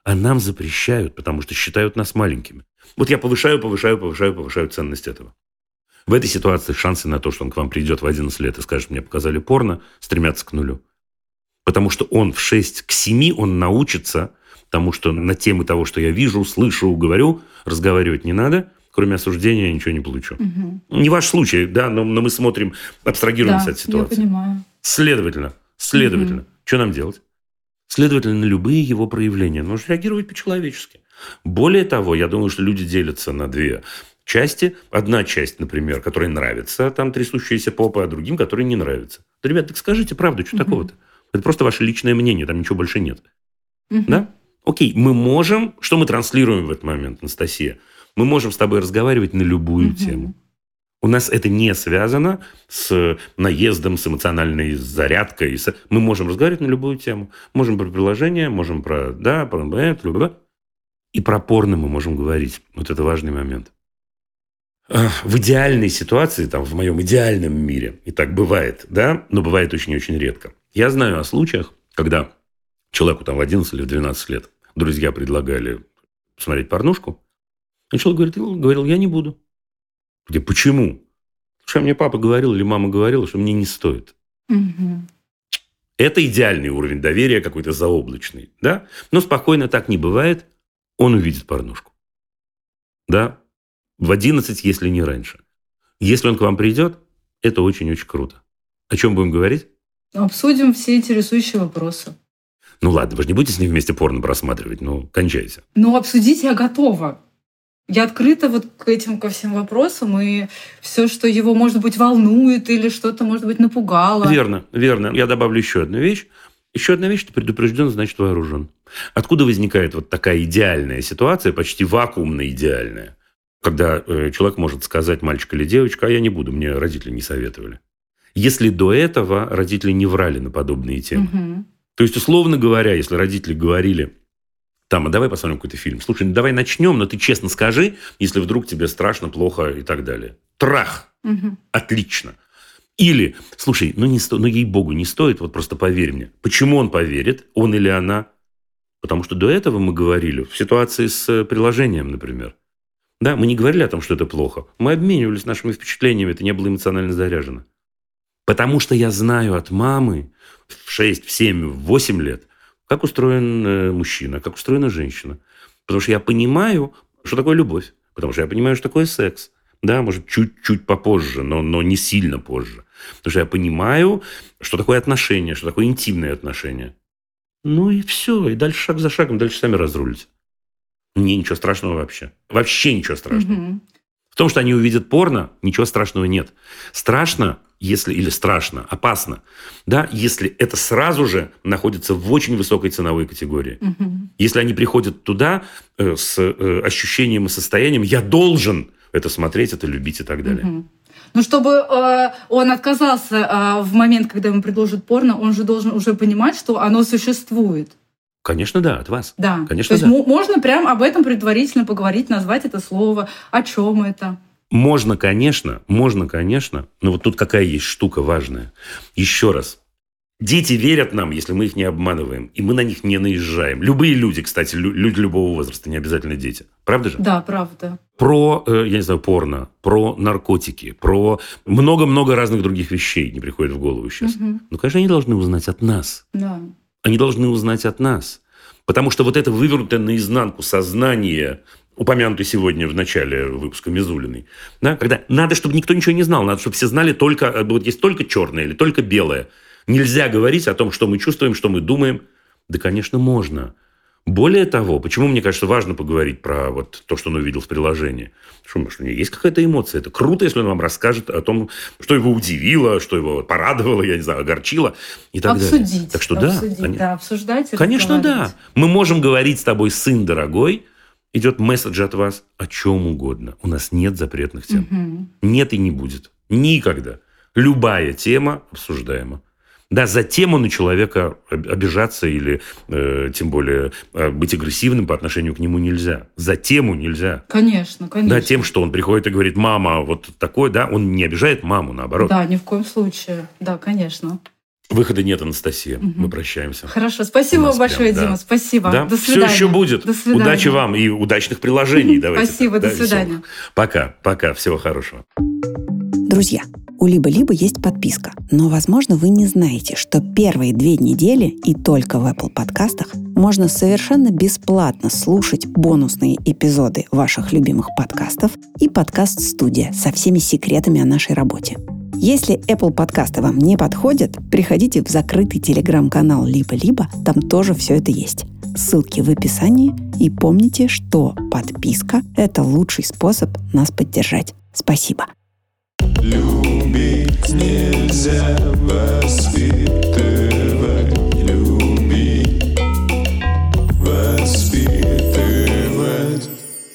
А нам запрещают, потому что считают нас маленькими. Вот я повышаю ценность этого. В этой ситуации шансы на то, что он к вам придет в 11 лет и скажет, мне показали порно, стремятся к нулю. Потому что он в 6 к 7 он научится тому, что на темы того, что я вижу, слышу, говорю, разговаривать не надо. Кроме осуждения я ничего не получу. Угу. Не ваш случай, да, но мы смотрим, абстрагируемся от ситуации. Я понимаю. Следовательно, что нам делать? Следовательно, на любые его проявления нужно реагировать по-человечески. Более того, я думаю, что люди делятся на две части. Одна часть, например, которой нравится там трясущаяся попа, а другим, которой не нравится. Да, ребят, так скажите правду, что такого-то? Это просто ваше личное мнение, там ничего больше нет. Да? Окей, мы можем... Что мы транслируем в этот момент, Анастасия? Мы можем с тобой разговаривать на любую тему. У нас это не связано с наездом, с эмоциональной зарядкой. Мы можем разговаривать на любую тему. Можем про приложение, можем про это. И про порно мы можем говорить. Вот это важный момент. В идеальной ситуации, там, в моем идеальном мире, и так бывает, да, но бывает очень-очень редко. Я знаю о случаях, когда человеку там в 11 или в 12 лет друзья предлагали посмотреть порнушку, а человек говорил, я не буду. Я, почему? Потому что мне папа говорил или мама говорила, что мне не стоит. Это идеальный уровень доверия, какой-то заоблачный, да? Но спокойно так не бывает. Он увидит порнушку. Да? В 11, если не раньше. Если он к вам придет, это очень-очень круто. О чем будем говорить? Обсудим все интересующие вопросы. Ну ладно, вы же не будете с ним вместе порно просматривать, кончайте. Обсудить я готова. Я открыта вот ко всем вопросам, и все, что его, может быть, волнует или что-то, может быть, напугало. Верно. Я добавлю еще одну вещь. Еще одна вещь, что предупрежден, значит вооружен. Откуда возникает вот такая идеальная ситуация, почти вакуумно идеальная, когда человек может сказать, мальчик или девочка, а я не буду, мне родители не советовали. Если до этого родители не врали на подобные темы. То есть, условно говоря, если родители говорили, а давай посмотрим какой-то фильм. Слушай, давай начнем, но ты честно скажи, если вдруг тебе страшно, плохо и так далее. Трах! Отлично. Или, слушай, ей-богу, не стоит, вот просто поверь мне. Почему он поверит, он или она? Потому что до этого мы говорили в ситуации с приложением, например. Да, мы не говорили о том, что это плохо. Мы обменивались нашими впечатлениями, это не было эмоционально заряжено. Потому что я знаю от мамы в 6, в 7, в 8 лет, как устроен мужчина, как устроена женщина. Потому что я понимаю, что такое любовь. Потому что я понимаю, что такое секс. Да, может, чуть-чуть попозже, но не сильно позже. Потому что я понимаю, что такое отношения, что такое интимные отношения. И все. И дальше шаг за шагом, дальше сами разрулите. Ничего страшного вообще. Вообще ничего страшного. В том, что они увидят порно, ничего страшного нет. Страшно, опасно, да, если это сразу же находится в очень высокой ценовой категории. Если они приходят туда с ощущением и состоянием «я должен это смотреть, это любить» и так далее. Чтобы он отказался в момент, когда ему предложат порно, он же должен уже понимать, что оно существует. Конечно, да, от вас. Да. Конечно, то есть можно прямо об этом предварительно поговорить, назвать это слово, о чем это. Можно, конечно, но вот тут какая есть штука важная. Еще раз. Дети верят нам, если мы их не обманываем, и мы на них не наезжаем. Любые люди, кстати, люди любого возраста, не обязательно дети. Правда же? Да, правда. Про, порно, про наркотики, про много-много разных других вещей не приходит в голову сейчас. Конечно, они должны узнать от нас. Да. Они должны узнать от нас. Потому что вот это вывернутое наизнанку сознание, упомянутое сегодня в начале выпуска Мизулиной, да, когда надо, чтобы никто ничего не знал, надо, чтобы все знали только, вот есть только черное или только белое. Нельзя говорить о том, что мы чувствуем, что мы думаем. Да, конечно, можно. Более того, почему, мне кажется, важно поговорить про вот то, что он увидел в приложении. Что, может, у него есть какая-то эмоция. Это круто, если он вам расскажет о том, что его удивило, что его порадовало, я не знаю, огорчило и так далее. Так что обсуждать. Конечно, да. Мы можем говорить с тобой, сын дорогой, идет месседж от вас о чем угодно. У нас нет запретных тем. Нет и не будет. Никогда. Любая тема обсуждаема. Да, за тему на человека обижаться или тем более быть агрессивным по отношению к нему нельзя. За тему нельзя. Конечно. Да, тем, что он приходит и говорит, мама, вот такой, да, он не обижает маму, наоборот. Да, ни в коем случае. Да, конечно. Выхода нет, Анастасия. Мы прощаемся. Хорошо, спасибо вам большое, Дима. Спасибо. Да? До свидания. Все еще будет. До свидания. Удачи вам и удачных приложений. Давайте. Спасибо, до свидания. Пока. Всего хорошего. Друзья, у Либо-Либо есть подписка, но, возможно, вы не знаете, что первые 2 недели и только в Apple подкастах можно совершенно бесплатно слушать бонусные эпизоды ваших любимых подкастов и подкаст-студия со всеми секретами о нашей работе. Если Apple подкасты вам не подходят, приходите в закрытый телеграм-канал Либо-Либо, там тоже все это есть. Ссылки в описании, и помните, что подписка – это лучший способ нас поддержать. Спасибо. Любить нельзя воспитывать, любить, воспитывать.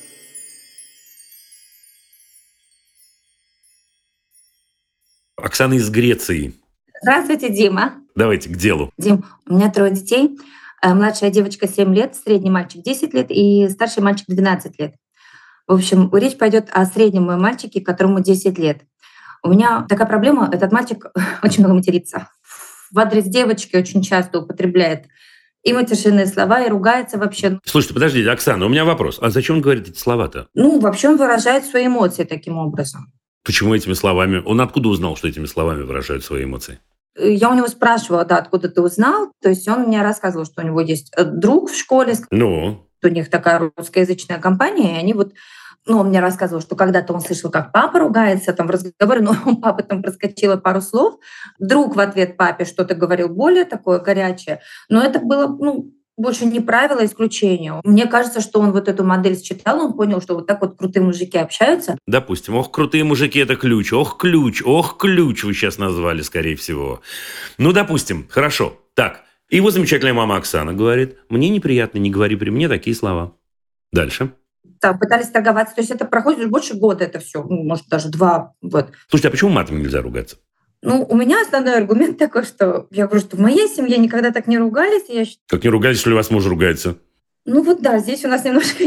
Оксана из Греции. Здравствуйте, Дима. Давайте к делу. Дим, у меня 3 детей. Младшая девочка 7 лет, средний мальчик 10 лет и старший мальчик 12 лет. В общем, речь пойдет о среднем моем мальчике, которому 10 лет. У меня такая проблема, этот мальчик очень много матерится. В адрес девочки очень часто употребляет и матершинные слова, и ругается вообще. Слушайте, подождите, Оксана, у меня вопрос. А зачем он говорит эти слова-то? Вообще он выражает свои эмоции таким образом. Почему этими словами? Он откуда узнал, что этими словами выражают свои эмоции? Я у него спрашивала, откуда ты узнал. То есть он мне рассказывал, что у него есть друг в школе. Ну? У них такая русскоязычная компания, и они он мне рассказывал, что когда-то он слышал, как папа ругается там в разговоре, но у папы там проскочило пару слов. Друг в ответ папе что-то говорил более такое горячее. Но это было, больше не правило, а исключение. Мне кажется, что он вот эту модель считал, он понял, что вот так вот крутые мужики общаются. Допустим, крутые мужики — это ключ. Ключ вы сейчас назвали, скорее всего. Допустим, хорошо. Так, и его замечательная мама Оксана говорит: мне неприятно, не говори при мне такие слова. Дальше. Да, пытались торговаться. То есть это проходит больше года, это все, может, даже 2. Вот. Слушайте, а почему матом нельзя ругаться? У меня основной аргумент такой, что я говорю, что в моей семье никогда так не ругались. Как не ругались, если у вас муж ругается? Здесь у нас немножко,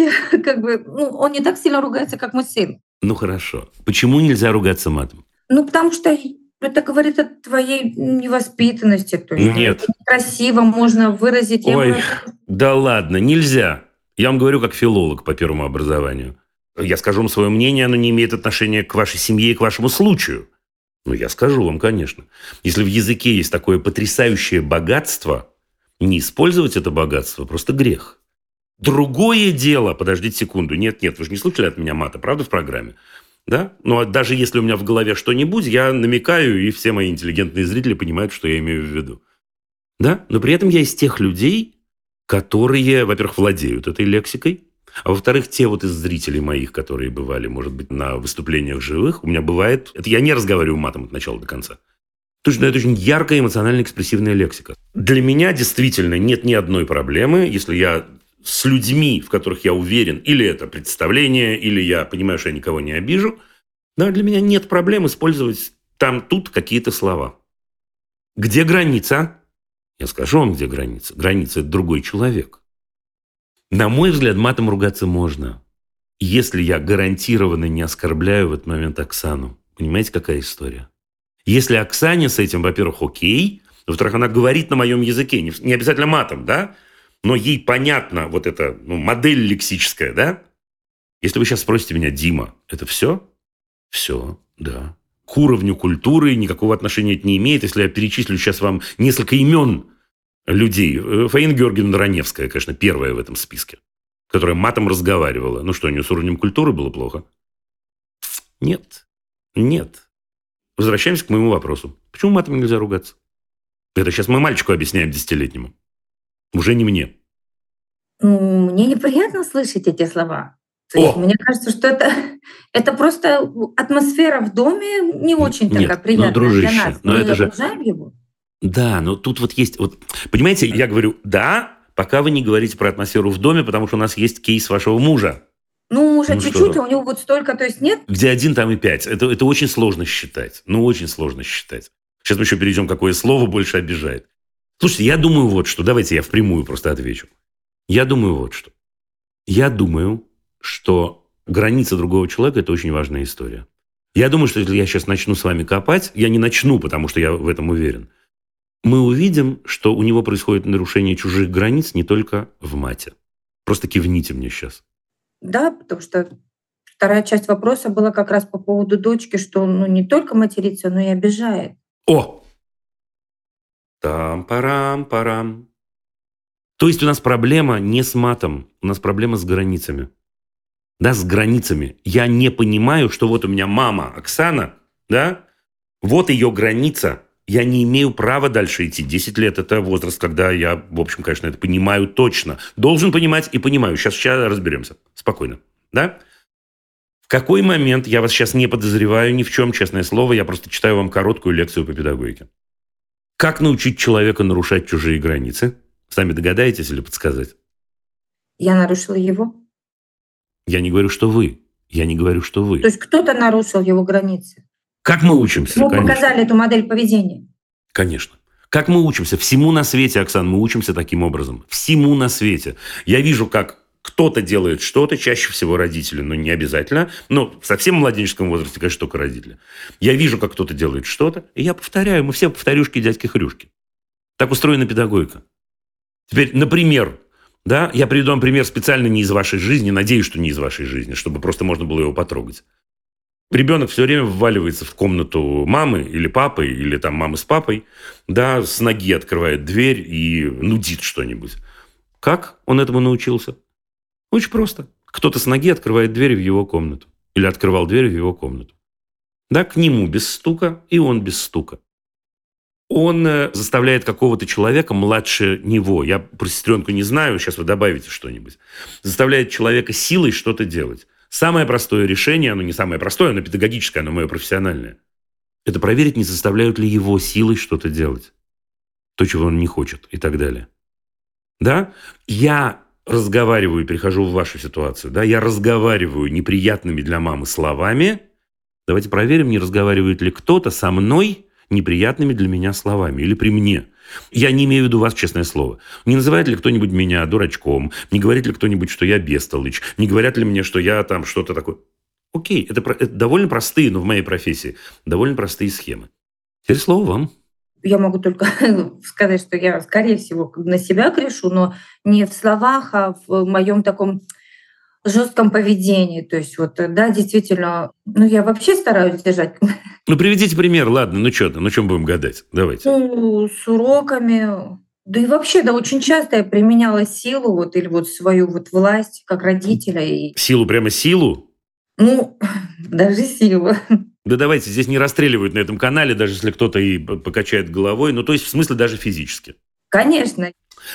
он не так сильно ругается, как мой сын. Хорошо. Почему нельзя ругаться матом? Потому что это говорит о твоей невоспитанности. То есть Нет. Это некрасиво можно выразить. Да ладно, нельзя. Я вам говорю как филолог по первому образованию. Я скажу вам свое мнение, оно не имеет отношения к вашей семье и к вашему случаю. Я скажу вам, конечно. Если в языке есть такое потрясающее богатство, не использовать это богатство – просто грех. Другое дело, подождите секунду, нет, вы же не слышали от меня мата, правда, в программе? Да? Даже если у меня в голове что-нибудь, я намекаю, и все мои интеллигентные зрители понимают, что я имею в виду. Да? Но при этом я из тех людей, которые, во-первых, владеют этой лексикой, а во-вторых, те из зрителей моих, которые бывали, может быть, на выступлениях живых, у меня бывает... Это я не разговариваю матом от начала до конца. Потому что это очень яркая эмоционально-экспрессивная лексика. Для меня действительно нет ни одной проблемы, если я с людьми, в которых я уверен, или это представление, или я понимаю, что я никого не обижу, да, для меня нет проблем использовать тут какие-то слова. Где граница? Я скажу вам, где граница. Граница – это другой человек. На мой взгляд, матом ругаться можно, если я гарантированно не оскорбляю в этот момент Оксану. Понимаете, какая история? Если Оксане с этим, во-первых, окей, во-вторых, она говорит на моем языке, не обязательно матом, да? Но ей понятна вот эта модель лексическая, да? Если вы сейчас спросите меня: Дима, это все? Все, да. К уровню культуры никакого отношения это не имеет. Если я перечислю сейчас вам несколько имен людей. Фаина Георгиевна Раневская, конечно, первая в этом списке, которая матом разговаривала. Что, у нее с уровнем культуры было плохо? Нет. Возвращаемся к моему вопросу. Почему матом нельзя ругаться? Это сейчас мы мальчику объясняем 10-летнему. Уже не мне. Мне неприятно слышать эти слова. Мне кажется, что это просто атмосфера в доме не очень такая приятная дружище, для нас. Но это же... его. Да, но тут есть... понимаете, я говорю, да, пока вы не говорите про атмосферу в доме, потому что у нас есть кейс вашего мужа. Уже чуть-чуть, а у него столько, то есть нет? Где 1, там и 5. Это очень сложно считать. Очень сложно считать. Сейчас мы еще перейдем, какое слово больше обижает. Слушайте, я думаю что. Давайте я впрямую просто отвечу. Я думаю что. Я думаю, что граница другого человека – это очень важная история. Я думаю, что если я сейчас начну с вами копать, я не начну, потому что я в этом уверен. мы увидим, что у него происходит нарушение чужих границ не только в мате. Просто кивните мне сейчас. Да, потому что вторая часть вопроса была как раз по поводу дочки, что он не только матерится, но и обижает. О! Там-парам-парам. То есть у нас проблема не с матом, у нас проблема с границами. Да, с границами. Я не понимаю, что вот у меня мама Оксана, да, вот ее граница. Я не имею права дальше идти. 10 лет – это возраст, когда я, в общем, конечно, это понимаю точно. Должен понимать и понимаю. Сейчас разберемся. Спокойно. Да? В какой момент, я вас сейчас не подозреваю ни в чем, честное слово, я просто читаю вам короткую лекцию по педагогике. Как научить человека нарушать чужие границы? Сами догадаетесь или подсказать? Я нарушила его. Я не говорю, что вы. Я не говорю, что вы. То есть кто-то нарушил его границы. Как мы учимся? Мы Конечно. показали эту модель поведения. Конечно. Как мы учимся? Всему на свете, Оксан, мы учимся таким образом. Всему на свете. Я вижу, как кто-то делает что-то, чаще всего родители, но не обязательно. Но в совсем младенческом возрасте, конечно, только родители. Я вижу, как кто-то делает что-то, и я повторяю. Мы все повторюшки, дядьки-хрюшки. Так устроена педагогика. Теперь, например, да, я приведу вам пример специально не из вашей жизни, надеюсь, что не из вашей жизни, чтобы просто можно было его потрогать. Ребенок все время вваливается в комнату мамы или папы, или там мамы с папой, да, с ноги открывает дверь и нудит что-нибудь. Как он этому научился? Очень просто. Кто-то с ноги открывает дверь в его комнату. Или открывал дверь в его комнату. Да, к нему без стука, и он без стука. Он заставляет какого-то человека младше него, я про сестренку не знаю, сейчас вы добавите что-нибудь, заставляет человека силой что-то делать. Самое простое решение, оно не самое простое, оно педагогическое, оно мое профессиональное. Это проверить, не заставляют ли его силой что-то делать. То, чего он не хочет, и так далее. Да? Я разговариваю, перехожу в вашу ситуацию, да? Я разговариваю неприятными для мамы словами. Давайте проверим, не разговаривает ли кто-то со мной неприятными для меня словами или при мне. Я не имею в виду вас, честное слово. Не называет ли кто-нибудь меня дурачком? Не говорит ли кто-нибудь, что я бестолочь? Не говорят ли мне, что я там что-то такое? Окей, это довольно простые, но в моей профессии, довольно простые схемы. Теперь слово вам. Я могу только сказать, что я, скорее всего, на себя грешу, но не в словах, а в моем таком жестком поведении. То есть вот, да, действительно, я вообще стараюсь держать. Приведите пример, ладно, ну что-то, ну чем будем гадать? Давайте. С уроками. Да и вообще, да, очень часто я применяла силу вот, или вот свою вот власть как родителя. Силу, прямо силу? Даже силу. Да давайте, здесь не расстреливают на этом канале, даже если кто-то и покачает головой. То есть в смысле даже физически. Конечно.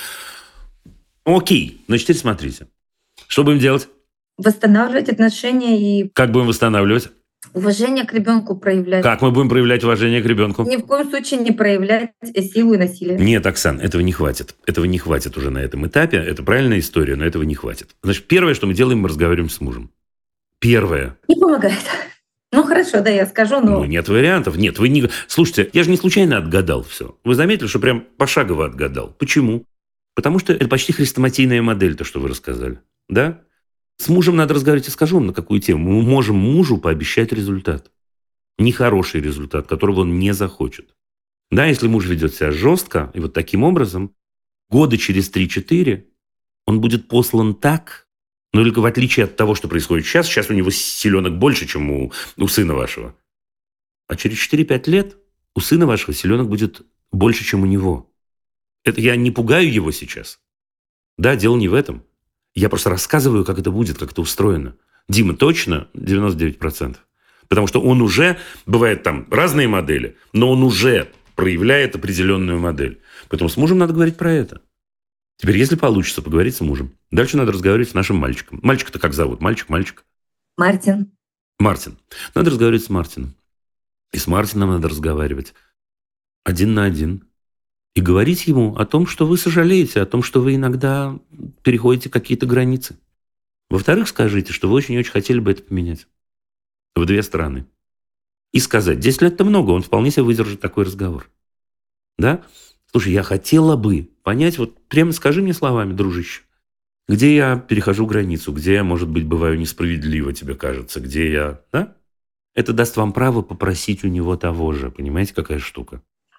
Окей, теперь смотрите. Что будем делать? Восстанавливать отношения и... Как будем восстанавливать? Уважение к ребенку проявлять. Как мы будем проявлять уважение к ребенку? Ни в коем случае не проявлять силу и насилие. Нет, Оксан, этого не хватит. Этого не хватит уже на этом этапе. Это правильная история, но этого не хватит. Значит, первое, что мы делаем, мы разговариваем с мужем. Первое. Не помогает. Хорошо, да, я скажу, но... Нет вариантов. Нет, вы не... Слушайте, я же не случайно отгадал все. Вы заметили, что прям пошагово отгадал. Почему? Потому что это почти хрестоматийная модель, то, что вы рассказали. Да? С мужем надо разговаривать, я скажу вам, на какую тему. Мы можем мужу пообещать результат. Нехороший результат, которого он не захочет. Да, если муж ведет себя жестко, и вот таким образом, года через 3-4 он будет послан так, но только в отличие от того, что происходит сейчас у него силенок больше, чем у сына вашего. А через 4-5 лет у сына вашего силенок будет больше, чем у него. Это я не пугаю его сейчас. Да, дело не в этом. Я просто рассказываю, как это будет, как это устроено. Дима точно 99%. Потому что он уже, бывает там разные модели, но он уже проявляет определенную модель. Поэтому с мужем надо говорить про это. Теперь, если получится, поговорить с мужем. Дальше надо разговаривать с нашим мальчиком. Мальчика-то как зовут? Мальчик. Мартин. Надо разговаривать с Мартином. И с Мартином надо разговаривать 1 на 1. И говорить ему о том, что вы сожалеете, о том, что вы иногда переходите какие-то границы. Во-вторых, скажите, что вы очень-очень хотели бы это поменять. В 2 стороны. И сказать, 10 лет-то много, он вполне себе выдержит такой разговор. Да? Слушай, я хотела бы понять, вот прямо скажи мне словами, дружище, где я перехожу границу, где я, может быть, бываю несправедливо, тебе кажется, где я... Да? Это даст вам право попросить у него того же. Понимаете, какая штука?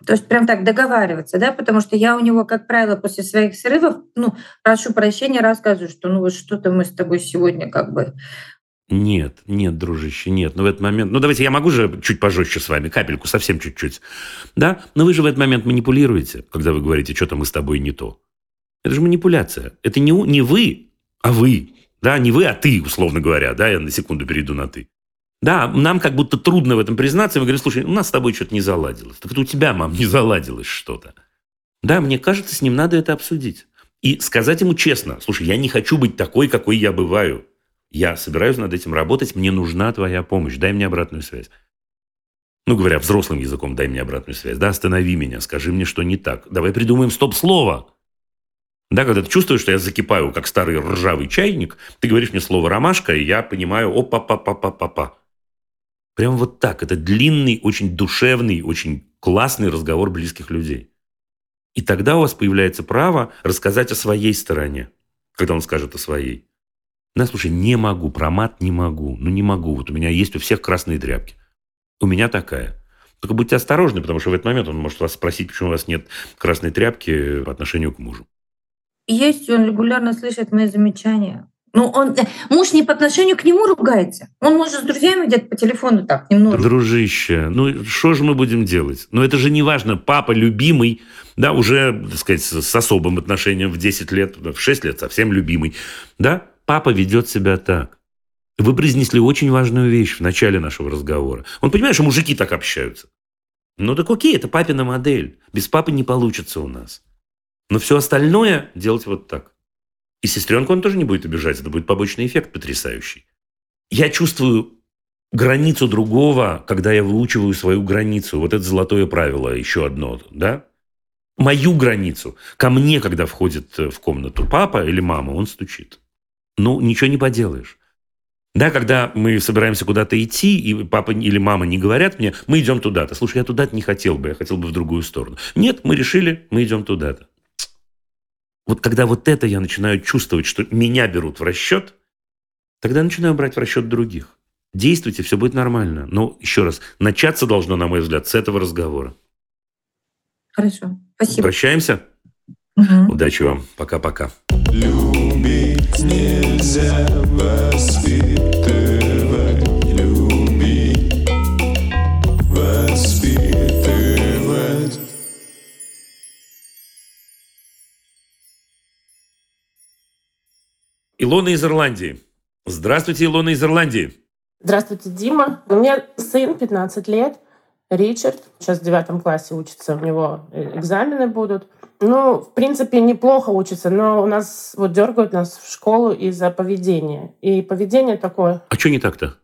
То есть прям так договариваться, да? Потому что я у него, как правило, после своих срывов, прошу прощения, рассказываю, что вот что-то мы с тобой сегодня как бы... Нет, дружище, нет. Но в этот момент... давайте, я могу же чуть пожестче с вами, капельку, совсем чуть-чуть. Да? Но вы же в этот момент манипулируете, когда вы говорите, что-то мы с тобой не то. Это же манипуляция. Это не вы, а вы. Да, не вы, а ты, условно говоря. Да, я на секунду перейду на «ты». Да, нам как будто трудно в этом признаться. И мы говорим, слушай, у нас с тобой что-то не заладилось. Так это у тебя, мам, не заладилось что-то. Да, мне кажется, с ним надо это обсудить. И сказать ему честно, слушай, я не хочу быть такой, какой я бываю. Я собираюсь над этим работать, мне нужна твоя помощь, дай мне обратную связь. Говоря взрослым языком, дай мне обратную связь. Да, останови меня, скажи мне, что не так. Давай придумаем стоп-слово. Да, когда ты чувствуешь, что я закипаю, как старый ржавый чайник, ты говоришь мне слово «ромашка», и я понимаю «опа-па-па-па-па-па». Прям вот так. Это длинный, очень душевный, очень классный разговор близких людей. И тогда у вас появляется право рассказать о своей стороне, когда он скажет о своей. Да, слушай, не могу, про мат не могу. Не могу. Вот у меня есть у всех красные тряпки. У меня такая. Только будьте осторожны, потому что в этот момент он может вас спросить, почему у вас нет красной тряпки по отношению к мужу. Есть, он регулярно слышит мои замечания. Муж не по отношению к нему ругается. Он может с друзьями где-то по телефону так немного. Дружище, что же мы будем делать? Это же не важно. Папа любимый, да, уже, так сказать, с особым отношением в 10 лет, в 6 лет совсем любимый. Да, папа ведет себя так. Вы произнесли очень важную вещь в начале нашего разговора. Он понимает, что мужики так общаются. Так окей, это папина модель. Без папы не получится у нас. Но все остальное делать вот так. И сестренку он тоже не будет обижать. Это будет побочный эффект потрясающий. Я чувствую границу другого, когда я выучиваю свою границу. Вот это золотое правило, еще одно. Да? Мою границу. Ко мне, когда входит в комнату папа или мама, он стучит. Ничего не поделаешь. Да, когда мы собираемся куда-то идти, и папа или мама не говорят мне, мы идем туда-то. Слушай, я туда-то не хотел бы, я хотел бы в другую сторону. Нет, мы решили, мы идем туда-то. Вот когда вот это я начинаю чувствовать, что меня берут в расчет, тогда начинаю брать в расчет других. Действуйте, все будет нормально. Но, еще раз, начаться должно, на мой взгляд, с этого разговора. Хорошо, спасибо. Прощаемся? Угу. Удачи вам. Пока-пока. Любить нельзя воспитывать, любить воспитывать. Илона из Ирландии. Здравствуйте, Илона из Ирландии. Здравствуйте, Дима. У меня сын 15 лет, Ричард. Сейчас в 9 классе учится, у него экзамены будут. В принципе, неплохо учится, но у нас дергают нас в школу из-за поведения. И поведение такое... А что не так-то?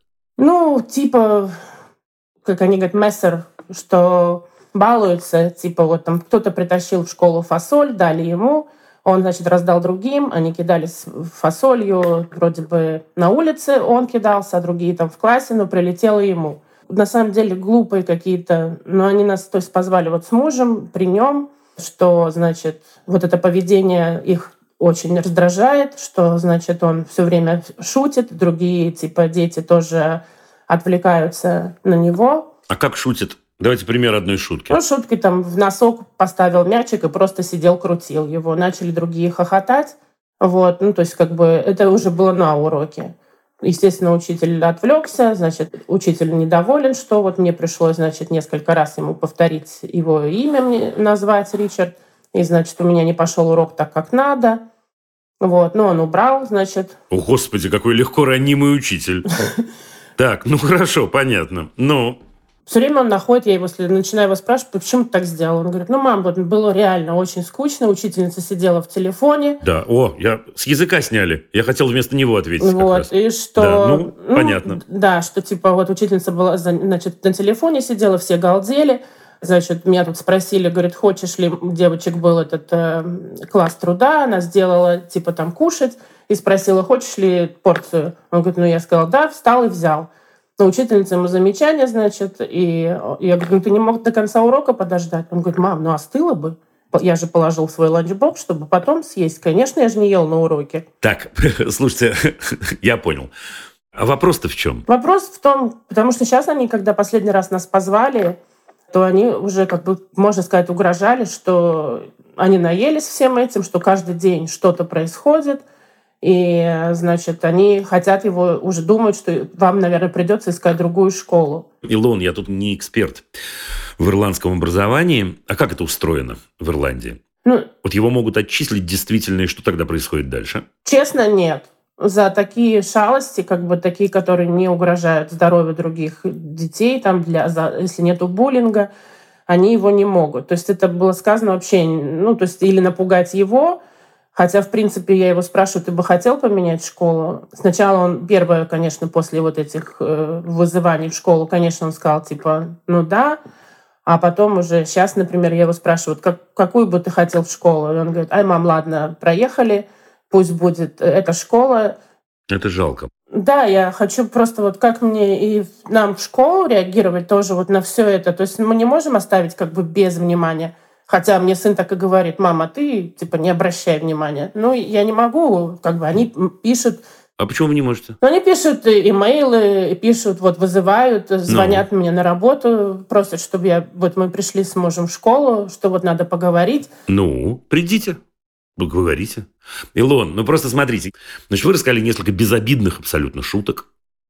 Как они говорят, мессер, что балуются. Кто-то притащил в школу фасоль, дали ему, он, раздал другим, они кидались фасолью вроде бы на улице, он кидался, а другие в классе, но прилетело ему. На самом деле глупые какие-то, но они нас позвали с мужем при нем, что, вот это поведение их очень раздражает, что, он все время шутит, другие, дети тоже отвлекаются на него. А как шутит? Давайте пример одной шутки. Шуткой в носок поставил мячик и просто сидел, крутил его. Начали другие хохотать. Это уже было на уроке. Естественно, учитель отвлекся, учитель недоволен, что мне пришлось, несколько раз ему повторить его имя, мне назвать Ричард, и, у меня не пошел урок так, как надо. Он убрал, О, Господи, какой легко ранимый учитель. Так, хорошо, понятно. Все время он находит, я его начинаю его спрашивать, почему ты так сделал. Он говорит, мам, было реально очень скучно, учительница сидела в телефоне. Да, с языка сняли. Я хотел вместо него ответить. И что... Да, понятно. Да, что учительница была, на телефоне сидела, все галдели. Меня тут спросили, говорит, хочешь ли, у девочек был этот класс труда, она сделала, кушать, и спросила, хочешь ли порцию. Он говорит, я сказала, да, встал и взял. Учительница ему замечание, и я говорю, ты не мог до конца урока подождать? Он говорит, мам, остыло бы. Я же положил в свой ланчбокс, чтобы потом съесть. Конечно, я же не ел на уроке. Так, слушайте, я понял. А вопрос-то в чем? Вопрос в том, потому что сейчас они, когда последний раз нас позвали, то они уже, как бы, можно сказать, угрожали, что они наелись всем этим, что каждый день что-то происходит, и, значит, они хотят его, уже думают, что вам, наверное, придется искать другую школу. Илон, я тут не эксперт в ирландском образовании. А как это устроено в Ирландии? Вот его могут отчислить действительно, и что тогда происходит дальше? Честно, нет. За такие шалости, как бы такие, которые не угрожают здоровью других детей, там если нету буллинга, они его не могут. То есть это было сказано вообще, то есть или напугать его, хотя, в принципе, я его спрашиваю, ты бы хотел поменять школу? Сначала он, первое, конечно, после вот этих вызываний в школу, конечно, он сказал, типа, да. А потом уже сейчас, например, я его спрашиваю, какую бы ты хотел в школу? И он говорит, мам, ладно, проехали, пусть будет эта школа. Это жалко. Да, я хочу просто вот как мне и нам в школу реагировать тоже вот на все это. То есть мы не можем оставить как бы без внимания. Хотя мне сын так и говорит, мама, ты типа не обращай внимания. Я не могу, как бы они пишут. А почему вы не можете? Они пишут имейлы, пишут, вызывают, звонят мне на работу, просят, чтобы мы пришли с мужем в школу, что надо поговорить. Придите, поговорите. Илон, просто смотрите. Значит, вы рассказали несколько безобидных абсолютно шуток.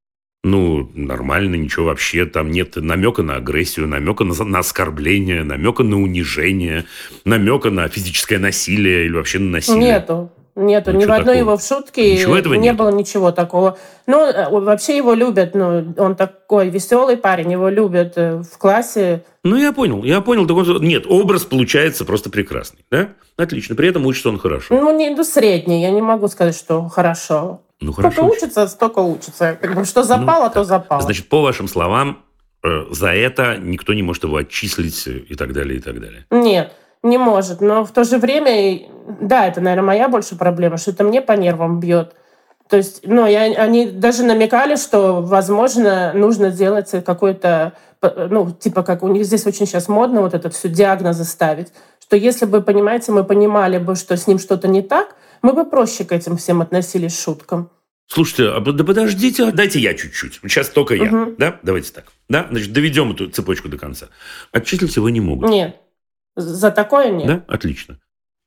Нормально, ничего вообще. Там нет намека на агрессию, намека на оскорбление, намека на унижение, намека на физическое насилие или вообще на насилие. Нету, ни в одной такого? Его в шутке не было ничего такого. Вообще его любят, он такой веселый парень, его любят в классе. Я понял. Нет, образ получается просто прекрасный, да? Отлично, при этом учится он хорошо. Средний, я не могу сказать, что хорошо. Сколько учится, столько учится. Что запало, то запало. Значит, по вашим словам, за это никто не может его отчислить и так далее, и так далее. Нет. Не может, но в то же время, да, это, наверное, моя больше проблема, что это мне по нервам бьет. То есть, они даже намекали, что, возможно, нужно делать какой-то, типа, как у них здесь очень сейчас модно вот это все диагнозы ставить, что если бы, понимаете, мы понимали бы, что с ним что-то не так, мы бы проще к этим всем относились шуткам. Слушайте, да подождите, дайте я чуть-чуть. Сейчас только я, да? Давайте так. Да? Значит, доведем эту цепочку до конца. Отчислить его не могут. Нет. За такое нет. Да, отлично.